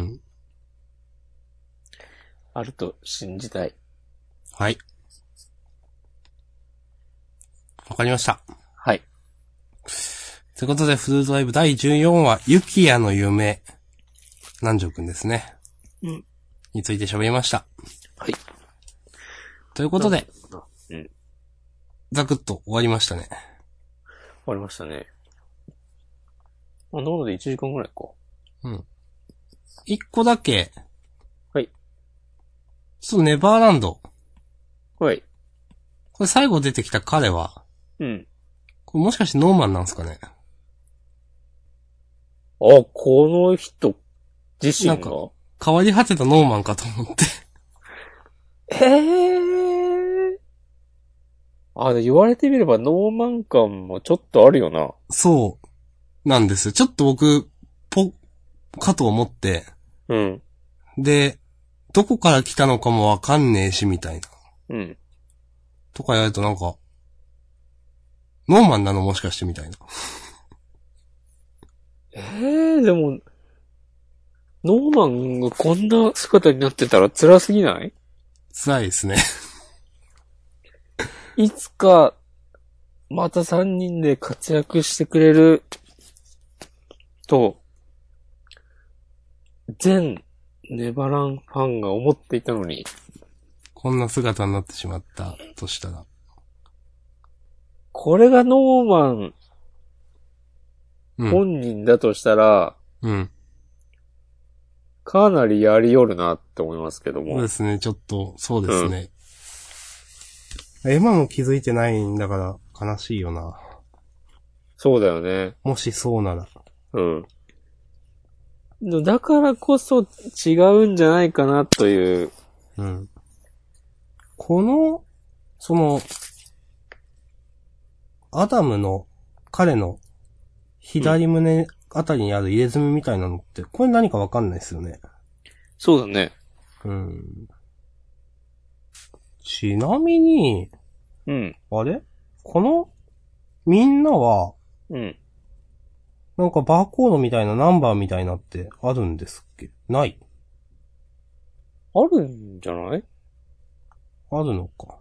あると信じたい。 はい。わかりました。 はい。 ということで、フルートライブだいじゅうよんわ、ユキヤの夢。南條くんですね。 うん。 について喋りました。 はい。 ということで、 うん。 ざくっと終わりましたね。終わりましたね。あ、なのでいちじかんぐらいか。 うん。一個だけ。 はい。 ちょっとネバーランド。 はい。 これ最後出てきた彼は。 うん。 これもしかしてノーマンなんですかね。 あ、この人、自身がなんか、変わり果てたノーマンかと思って。 へー。あ、言われてみればノーマン感もちょっとあるよな。 そう。なんですよ。ちょっと僕、ぽ、かと思って。 うん。 で、どこから来たのかもわかんねえし、みたいな。 うん。 とか言われるとなんか、ノーマンなのもしかしてみたいな。 えー、でも、ノーマンがこんな姿になってたら辛すぎない？ 辛いですね。 いつか、またさんにんで活躍してくれる、と、全ネバランファンが思っていたのに。 こんな姿になってしまったとしたら。 これがノーマン、本人だとしたら、 うん。 かなりやりよるなって思いますけども。 そうですね、ちょっと、そうですね。うん、エマも気づいてないんだから悲しいよな。 そうだよね。 もしそうなら。 うん。だからこそ違うんじゃないかなという。 うん。この、その、アダムの、彼の、左胸あたりにある入れ墨みたいなのって、これ何かわかんないですよね。 そうだね。 うん。ちなみに、 うん。 あれこの、みんなは、 うん。 なんかバーコードみたいなナンバーみたいなってあるんですっけ？ない？ あるんじゃない？ あるのか。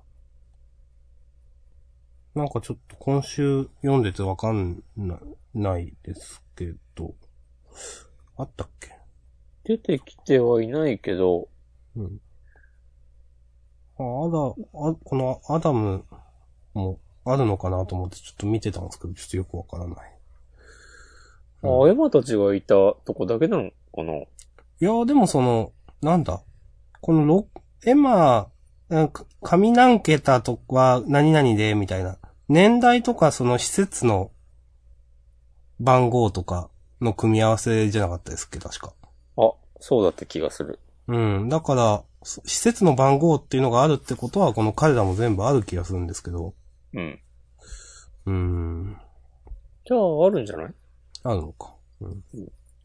なんかちょっと今週読んでてわかんな、ないですけど。あったっけ？ 出てきてはいないけど。 うん。あ、あだ、あ、このアダムもあるのかなと思ってちょっと見てたんですけど、ちょっとよくわからない。 うん、あ、エマたちがいたとこだけなのかな？いや、でもその、なんだ。このロ、エマ、上何桁とか何々で、みたいな。年代とかその施設の番号とかの組み合わせじゃなかったですっけ、確か。 あ、そうだった気がする。 うん。だから、施設の番号っていうのがあるってことは、この彼らも全部ある気がするんですけど。 うん。 うーん。 じゃあ、あるんじゃない？ あるのか。うん。うん、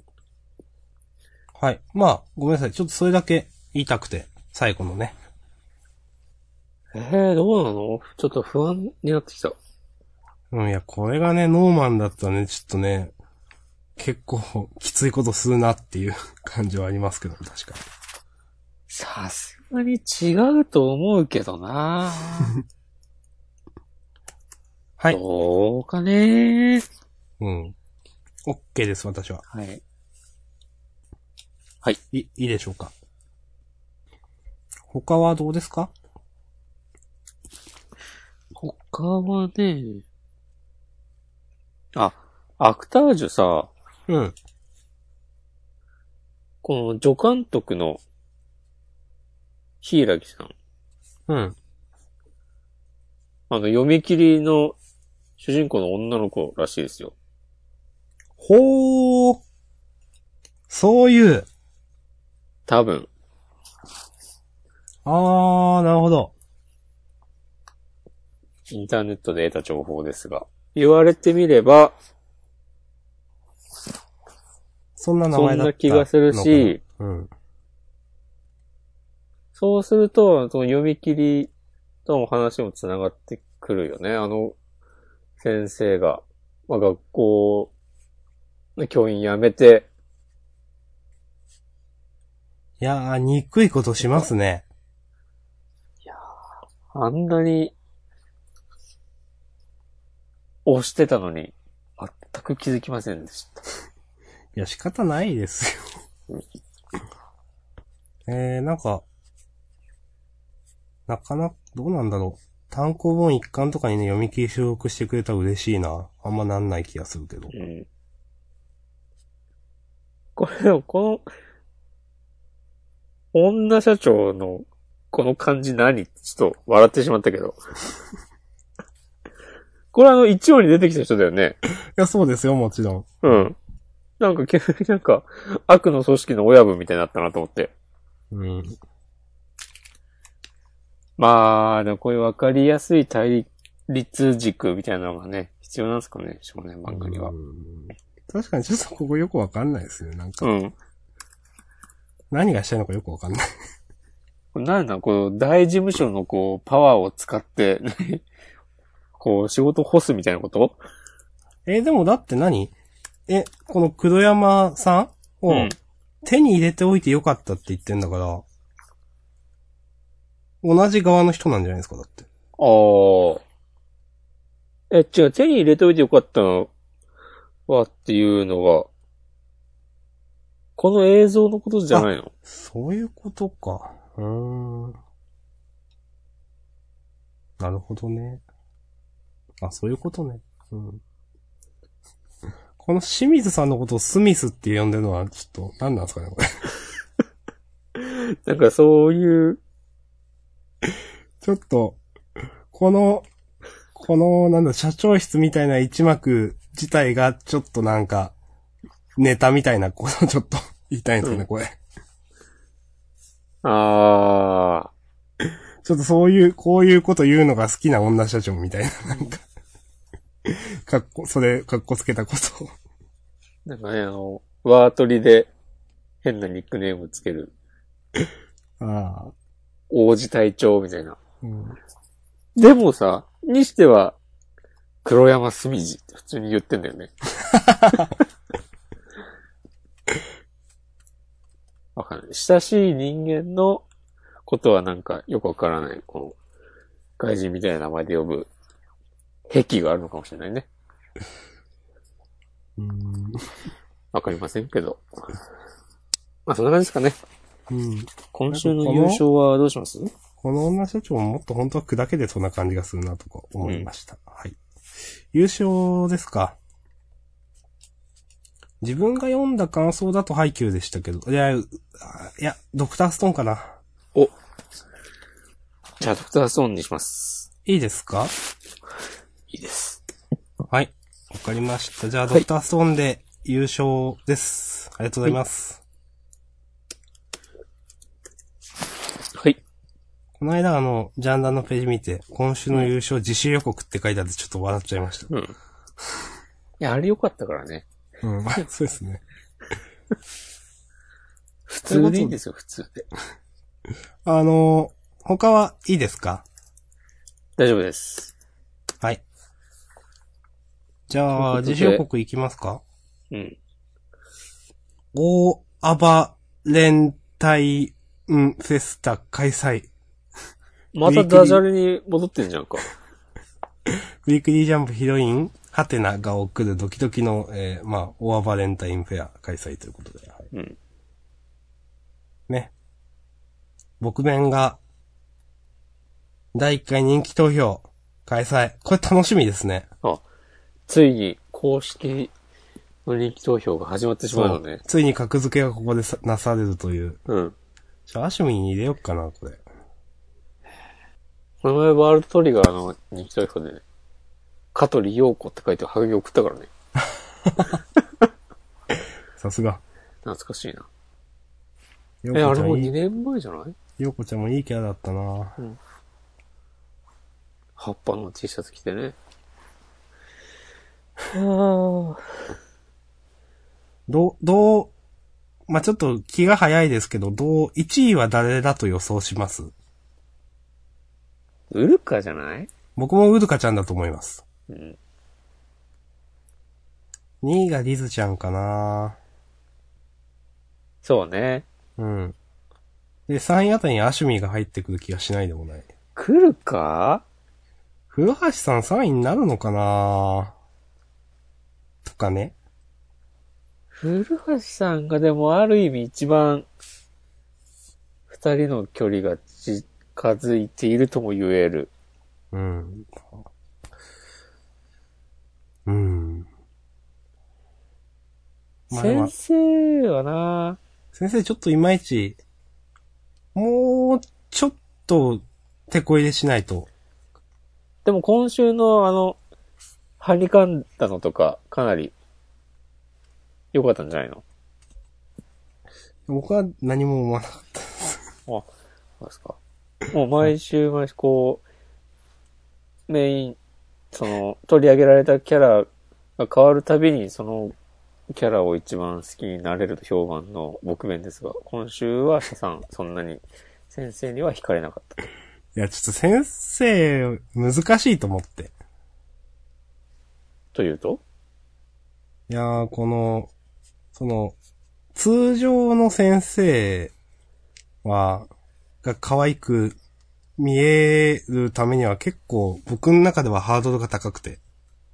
はい。まあ、ごめんなさい。ちょっとそれだけ言いたくて、最後のね。 えー、どうなの？ちょっと不安になってきた。 うん、いや、これがね、ノーマンだったらね、ちょっとね、結構、きついことするなっていう感じはありますけど、確かに。 さすがに違うと思うけどなはい。 どうかねー。 うん。OK です、私は。 はい。はい。 い、いいでしょうか。他はどうですか？ 他はね、あ、アクタージュさ、 うん。 この助監督の柊さん。 うん。 あの、読み切りの主人公の女の子らしいですよ。 ほー。そういう。 多分。 あー、なるほど。 インターネットで得た情報ですが。言われてみれば、 そんな名前だった。 そんな気がするし、 うん。 そうすると、その読み切りとの話もつながってくるよね。あの、先生が、まあ、学校の教員辞めて、 いやー、憎いことしますね。 いやー、あんなに押してたのに、全く気づきませんでした。 いや、仕方ないですよ。えー、なんか、なかなか、どうなんだろう。単行本一巻とかにね、読み切り収録してくれたら嬉しいな。あんまなんない気がするけど。 うん。これでも、この、女社長のこの感じ何？ちょっと笑ってしまったけど。これあの一話に出てきた人だよね。 いや、そうですよ、もちろん。 うん。なんか急になんか悪の組織の親分みたいになったなと思って。 うん。 まあ、でもこういうわかりやすい対立軸みたいなのがね、必要なんですかね、少年漫画には。 確かにちょっとここよくわかんないですね、なんか。 うん。 何がしたいのかよくわかんない。 なんだ、こう、大事務所のこう、パワーを使って、こう、仕事を干すみたいなこと？ えーでもだって何？え、この黒山さんをうん手に入れておいてよかったって言ってんだから、同じ側の人なんじゃないですか、だって。 ああ。え、違う、手に入れておいてよかったのはっていうのが、この映像のことじゃないの？ そういうことか。うーん。なるほどね。あ、そういうことね。うん。この清水さんのことをスミスって呼んでるのは、ちょっと、何なんですかね、これ。 なんかそういう、 ちょっと、この、この、なんだ、社長室みたいな一幕自体が、ちょっとなんか、ネタみたいなことをちょっと言いたいんですよね、 うん、 これ。 ああ。 ちょっとそういう、こういうこと言うのが好きな女社長みたいな、なんか、かっこ、それ、かっこつけたことを。 なんかね、あの、ワートリで変なニックネームつける。 ああ。 王子隊長みたいな。 うん、 でもさ、にしては、黒山すみじって普通に言ってんだよね。わかんない。親しい人間のことはなんかよくわからない。この、外人みたいな名前で呼ぶ、癖があるのかもしれないね。 うーん。 わかりませんけど。まあそんな感じですかね。 うん。 今週の優勝はどうします？ この女社長ももっと本当は砕けでそんな感じがするなとか思いました。うん、はい。優勝ですか？自分が読んだ感想だとハイキューでしたけど、いや、いや、ドクターストーンかな。 お。じゃあドクターストーンにします。 いいですか？ いいです。 はい。わかりました。じゃあドクターストーンで優勝です。はい、ありがとうございます。 はい。 この間あの、ジャンダンのページ見て、今週の優勝自主予告って書いてあってちょっと笑っちゃいました。 うん。いや、あれ良かったからね。 うん、そうですね。 普通でいいんですよ、普通で。 あの、他はいいですか？ 大丈夫です。 はい。じゃあ、自主予告いきますか？ うん。 大アバレンタインフェスタ開催。 またダジャレに戻ってんじゃんか。 ウィークリージャンプヒロイン、ハテナが送るドキドキの、えー、まあ、オアバレンタインフェア開催ということで。はい、 うん。 ね。僕弁が、だいいっかい人気投票、開催。これ楽しみですね。 あ、ついに公式の人気投票が始まってしまうのね。 ついに格付けがここでなされるという。 うん。 じゃあ、アシュミに入れよっかな、これ。 この前ワールドトリガーの人気投票でね、香取陽子って書いてハガキ送ったからね。 さすが。 懐かしいな。 え、 え、あれもうにねんまえじゃない？ 陽子ちゃんもいいキャラだったな。 うん。葉っぱの T シャツ着てね。はぁ。 どう、どう、まあ、ちょっと気が早いですけど、どう、いちいは誰だと予想します？ ウルカじゃない？ 僕もウルカちゃんだと思います。 うん。 にいがリズちゃんかな。 そうね。 うん。で、さんいあたりにアシュミが入ってくる気がしないでもない。 来るか？ 古橋さんさんいになるのかなとかね。 古橋さんがでもある意味一番二人の距離が近づいているとも言える。 うん。うん。まあ、 先生はな、 先生ちょっといまいち、もうちょっと手こ入れしないと。 でも今週のあの、はにかんだのとかかなり良かったんじゃないの？ 僕は何も思わなかったです。 あ、そうですか。もう毎週毎週こう、メイン、その、取り上げられたキャラが変わるたびに、その、キャラを一番好きになれると評判の僕弁ですが、今週はシャさん、そんなに先生には惹かれなかったと。 いや、ちょっと先生、難しいと思って。 というと？ いやー、この、その、通常の先生は、が可愛く見えるためには結構僕の中ではハードルが高くて。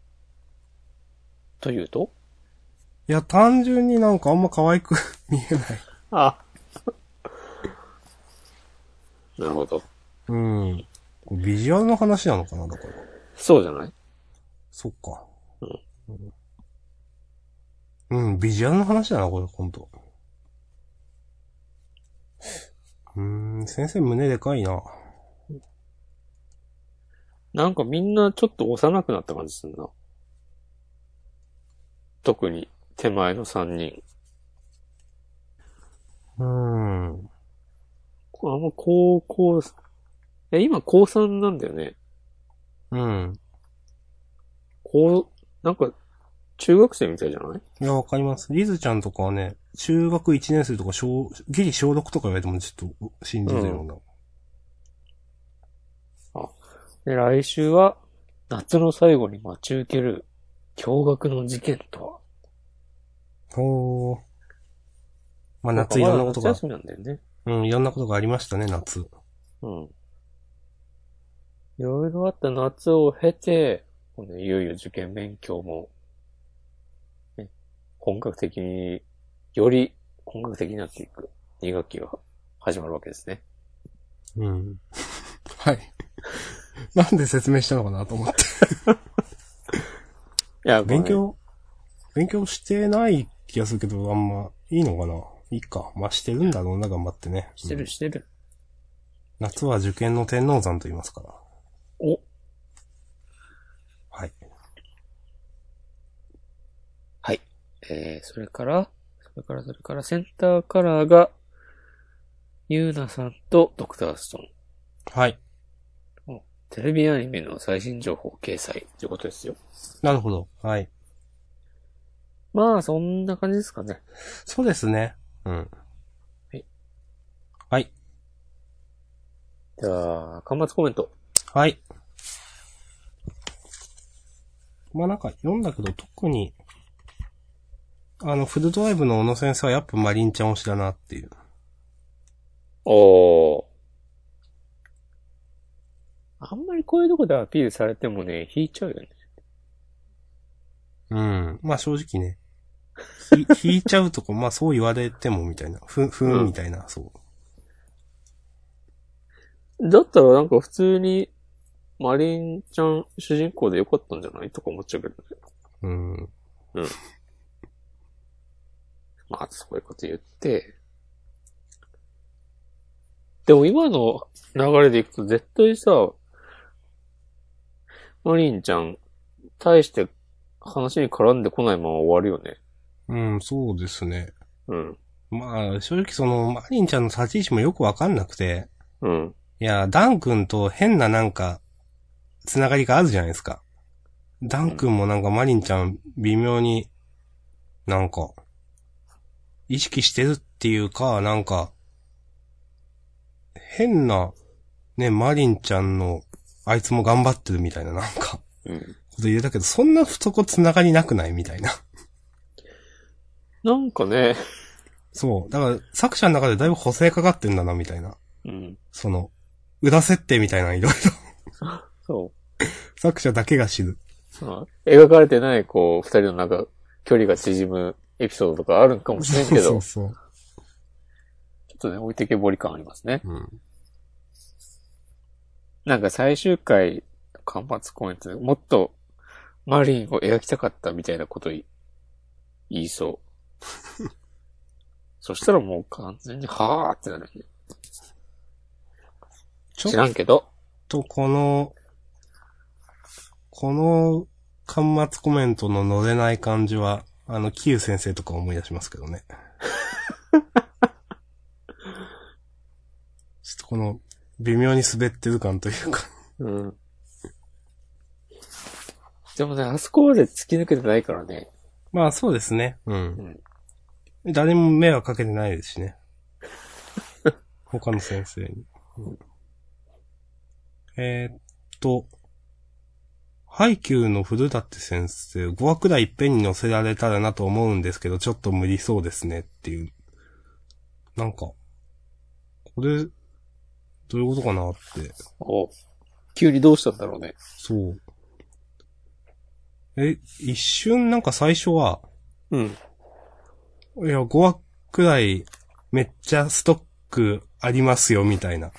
というと？ いや、単純になんかあんま可愛く見えない。 あ。なるほど。 うん。ビジュアルの話なのかな、だから。 そうじゃない？ そっか。 うん。 うん、ビジュアルの話だな、これ、ほんと。うーん、先生胸でかいな。 なんかみんなちょっと幼くなった感じするな。特に手前のさんにん。 うーん。 あんま高校、え、今高さんなんだよね。 うん。 こう、なんか、中学生みたいじゃない？ いや、わかります。リズちゃんとかはね、中学いちねん生とか小、ギリ小ろくとか言われてもちょっと信じるような。 うん、あ。で、来週は、夏の最後に待ち受ける驚愕の事件とは。 ほー。まあ夏いろんなことが。 夏休みなんだよね。 うん、いろんなことがありましたね、夏。 うん。いろいろあった夏を経て、このいよいよ受験勉強も、ね、本格的に、より本格的になっていくに学期が始まるわけですね。 うん。はい。なんで説明したのかなと思って。いや、勉強、勉強してない気がするけど、あんま、いいのかないいか。まあ、してるんだろうな、頑張ってね。 してる、してる。 夏は受験の天王山と言いますから。 お。 はい。 はい。えー、それから、それから、それから、センターカラーが、ゆうなさんとドクターストーン。 はい。 テレビアニメの最新情報掲載ということですよ。 なるほど。はい。 まあ、そんな感じですかね。 そうですね。うん。 はい。 はい。 では、端末コメント。 はい。まあなんか読んだけど特に、あの、フルドライブの小野先生はやっぱマリンちゃん推しだなっていう。 おー。あんまりこういうとこでアピールされてもね、引いちゃうよね。 うん。まあ正直ね。ひ、引いちゃうとこ、まあそう言われてもみたいな。ふ、ふんみたいな、そう。 だったらなんか普通に、マリンちゃん主人公でよかったんじゃないとか思っちゃうけどね。 うん。 うん。まあ、そういうこと言って。でも今の流れでいくと絶対さ、マリンちゃん、大して話に絡んでこないまま終わるよね。 うん、そうですね。 うん。 まあ、正直その、マリンちゃんの立ち位置もよくわかんなくて。 うん。 いや、ダン君と変ななんか、つながりがあるじゃないですか。ダン君もなんかマリンちゃん微妙に、なんか、意識してるっていうか、なんか、変な、ね、マリンちゃんの、あいつも頑張ってるみたいな、なんか、 うん。 こと言えたけど、そんなそこつながりなくないみたいな。 なんかね。 そう。だから、作者の中でだいぶ補正かかってんだな、みたいな。 うん。 その、裏設定みたいな、いろいろ。 そう。 作者だけが知る。 あ描かれてない、こう、二人のなんか、距離が縮むエピソードとかあるかもしれんけど。 そうそうそう。 ちょっとね、置いてけぼり感ありますね。 うん。 なんか最終回、間伐公演ってもっとマリンを描きたかったみたいなこと言いそう。そしたらもう完全にはーってなる、ね。知らんけど。 と、この、この、端末コメントの乗れない感じは、あの、キユ先生とか思い出しますけどね。ちょっとこの、微妙に滑ってる感というか。 うん。でもね、あそこまで突き抜けてないからね。 まあそうですね。うん。うん、誰も迷惑かけてないですしね。他の先生に。うん、えー、っと、ハイキューの古舘先生、ごわくらいいっぺんに載せられたらなと思うんですけど、ちょっと無理そうですねっていう。なんか、これ、どういうことかなって。 お急にどうしたんだろうね。 そう。え、一瞬なんか最初は、 うん。 いや、ごわくらいめっちゃストックありますよみたいな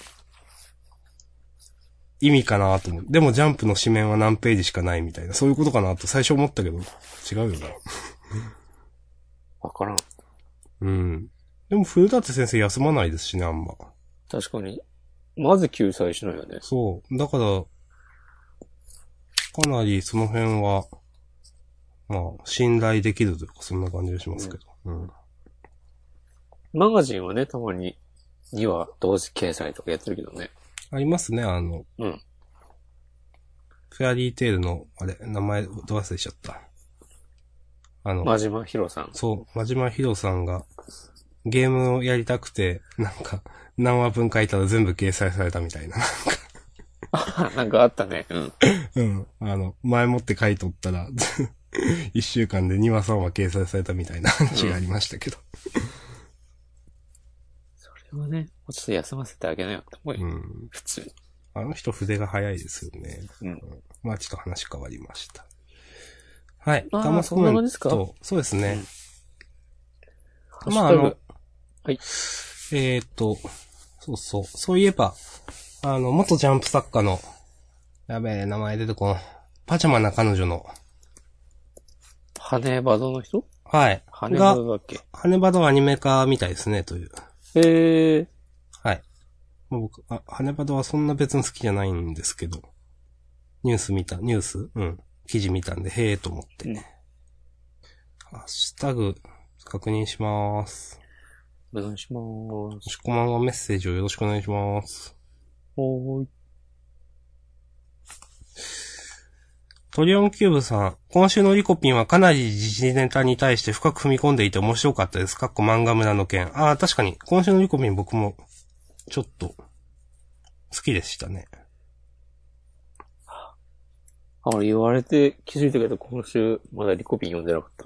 意味かなと思う。でもジャンプの紙面は何ページしかないみたいな、そういうことかなと最初思ったけど、違うよな。 わからん。 うん。でも古舘先生休まないですしね、あんま。 確かに。まず救済しないよね。 そう。だから、かなりその辺は、まあ、信頼できるというか、そんな感じがしますけど。うん。うん、 マガジンはね、たまににわ同時掲載とかやってるけどね。 ありますね、あの。 うん。 フェアリーテールの、あれ、名前、ど忘れしちゃった。あの、 真島ひろさん。 そう、真島ひろさんが、ゲームをやりたくて、なんか、何話分書いたら全部掲載されたみたいな。 なんかあったね。うん。 うん。あの、前もって書いとったら、一週間でにわさん話掲載されたみたいな話がありましたけど。うん、 それはね、もうちょっと休ませてあげなよって思うよ。 うん。 普通に。 あの人筆が早いですよね。 うん。 うん、まあちょっと話変わりました。はい。 ああ、 ガマスコメント。そうですね。うん、まああの、はい。 えーっと、そうそう。そういえば、あの、元ジャンプ作家の、やべえ、名前出てこん。パジャマな彼女の。 羽バドの人？ はい。 羽バドだっけ？ 羽バドアニメ化みたいですね、という。 へえ。 はい。まあ、僕、あ、羽バドはそんな別に好きじゃないんですけど、ニュース見た、ニュースうん。記事見たんで、へえと思って。うん、ハッシュタグ、確認しまーす。 お願いしまーす。 もしこまんはメッセージをよろしくお願いします。 おーい。 トリオンキューブさん、今週のリコピンはかなり時事ネタに対して深く踏み込んでいて面白かったです。かっこ漫画村の件。ああ、確かに、今週のリコピン僕も、ちょっと、好きでしたね。 あ、言われて気づいたけど、今週まだリコピン読んでなかった。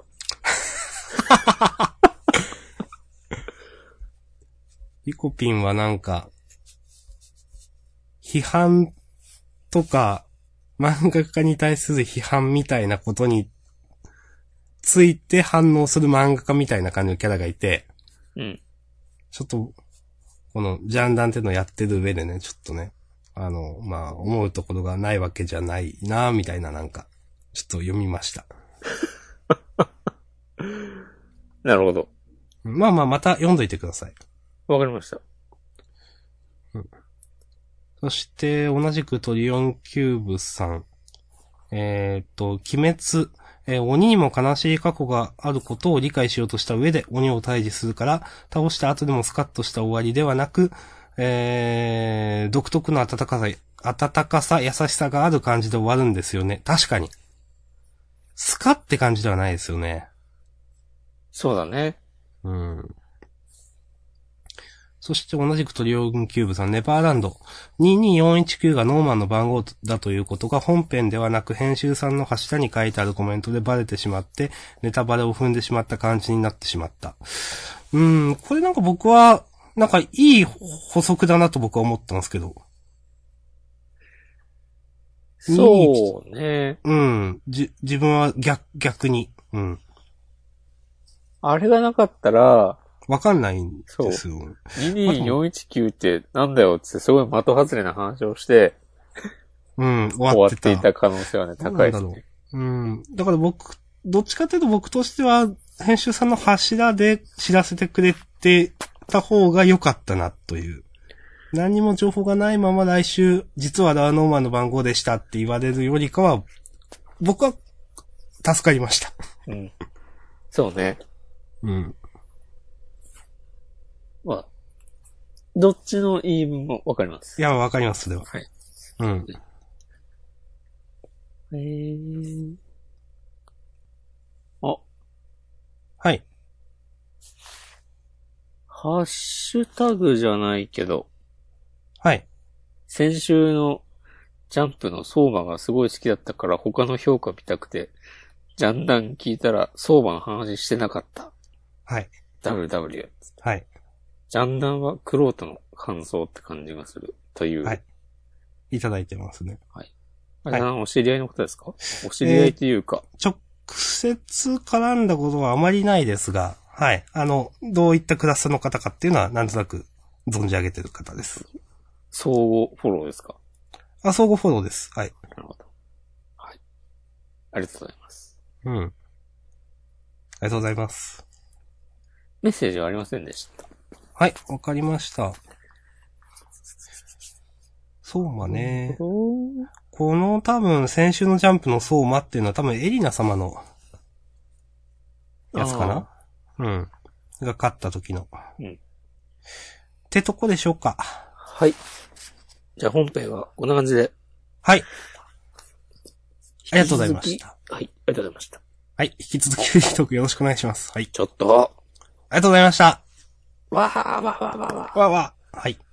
リコピンはなんか、批判とか、漫画家に対する批判みたいなことについて反応する漫画家みたいな感じのキャラがいて、 うん。 ちょっと、このジャンダンってのをやってる上でね、ちょっとね、あの、まあ、思うところがないわけじゃないな、みたいななんか、ちょっと読みました。 なるほど。 まあまあ、また読んどいてください。 わかりました。 うん、そして、同じくトリオンキューブさん。えっと、鬼滅、えー、鬼にも悲しい過去があることを理解しようとした上で鬼を退治するから、倒した後でもスカッとした終わりではなく、えー、独特の温かさ、温かさ、優しさがある感じで終わるんですよね。確かに。スカって感じではないですよね。 そうだね。 うん。そして同じくトリオンキューブさん、ネバーランド。にによんいちきゅうがノーマンの番号だということが本編ではなく編集さんの柱に書いてあるコメントでバレてしまって、ネタバレを踏んでしまった感じになってしまった。うん、これなんか僕は、なんかいい補足だなと僕は思ったんですけど。 そうね。 うん。じ、自分は逆、逆に。うん。 あれがなかったら、 わかんないんですよ。 にによんいちきゅうってなんだよってすごい的外れな話をして、 うん、終わってた。 終わっていた可能性はね、高いですね。 うん。だから僕、どっちかというと僕としては、編集さんの柱で知らせてくれてた方が良かったなという。何にも情報がないまま来週、実はラーノーマンの番号でしたって言われるよりかは、僕は助かりました。 うん。そうね。 うん。 まあ、どっちの言い分もわかります。 いや、わかります、では。 はい。 うん。 えー。あ。 はい。 ハッシュタグじゃないけど。 はい。 先週のジャンプの相馬がすごい好きだったから他の評価見たくて、ジャンダン聞いたら相馬の話してなかった。 はい。 ダブリューダブリュー。 はい。 ジャンダンはクロートの感想って感じがするという。 はい。いただいてますね。 はい。あれ、はい、お知り合いの方ですか？お知り合いっていうか、 えー。直接絡んだことはあまりないですが、はい。あの、どういったクラスの方かっていうのはなんとなく存じ上げてる方です。 相互フォローですか？ あ、相互フォローです。はい。 なるほど。はい。ありがとうございます。 うん。ありがとうございます。 メッセージはありませんでした。 はい、わかりました。そうまね。この多分先週のジャンプの相馬っていうのは多分エリナ様のやつかな？うん。が勝った時の。うん。ってとこでしょうか。 はい。じゃあ本編はこんな感じで。 はい。ありがとうございました。 はい。ありがとうございました。 はい。引き続きフリートークよろしくお願いします。はい。 ちょっと。 ありがとうございました。 わーわーわーわーわー。 わーわー。はい。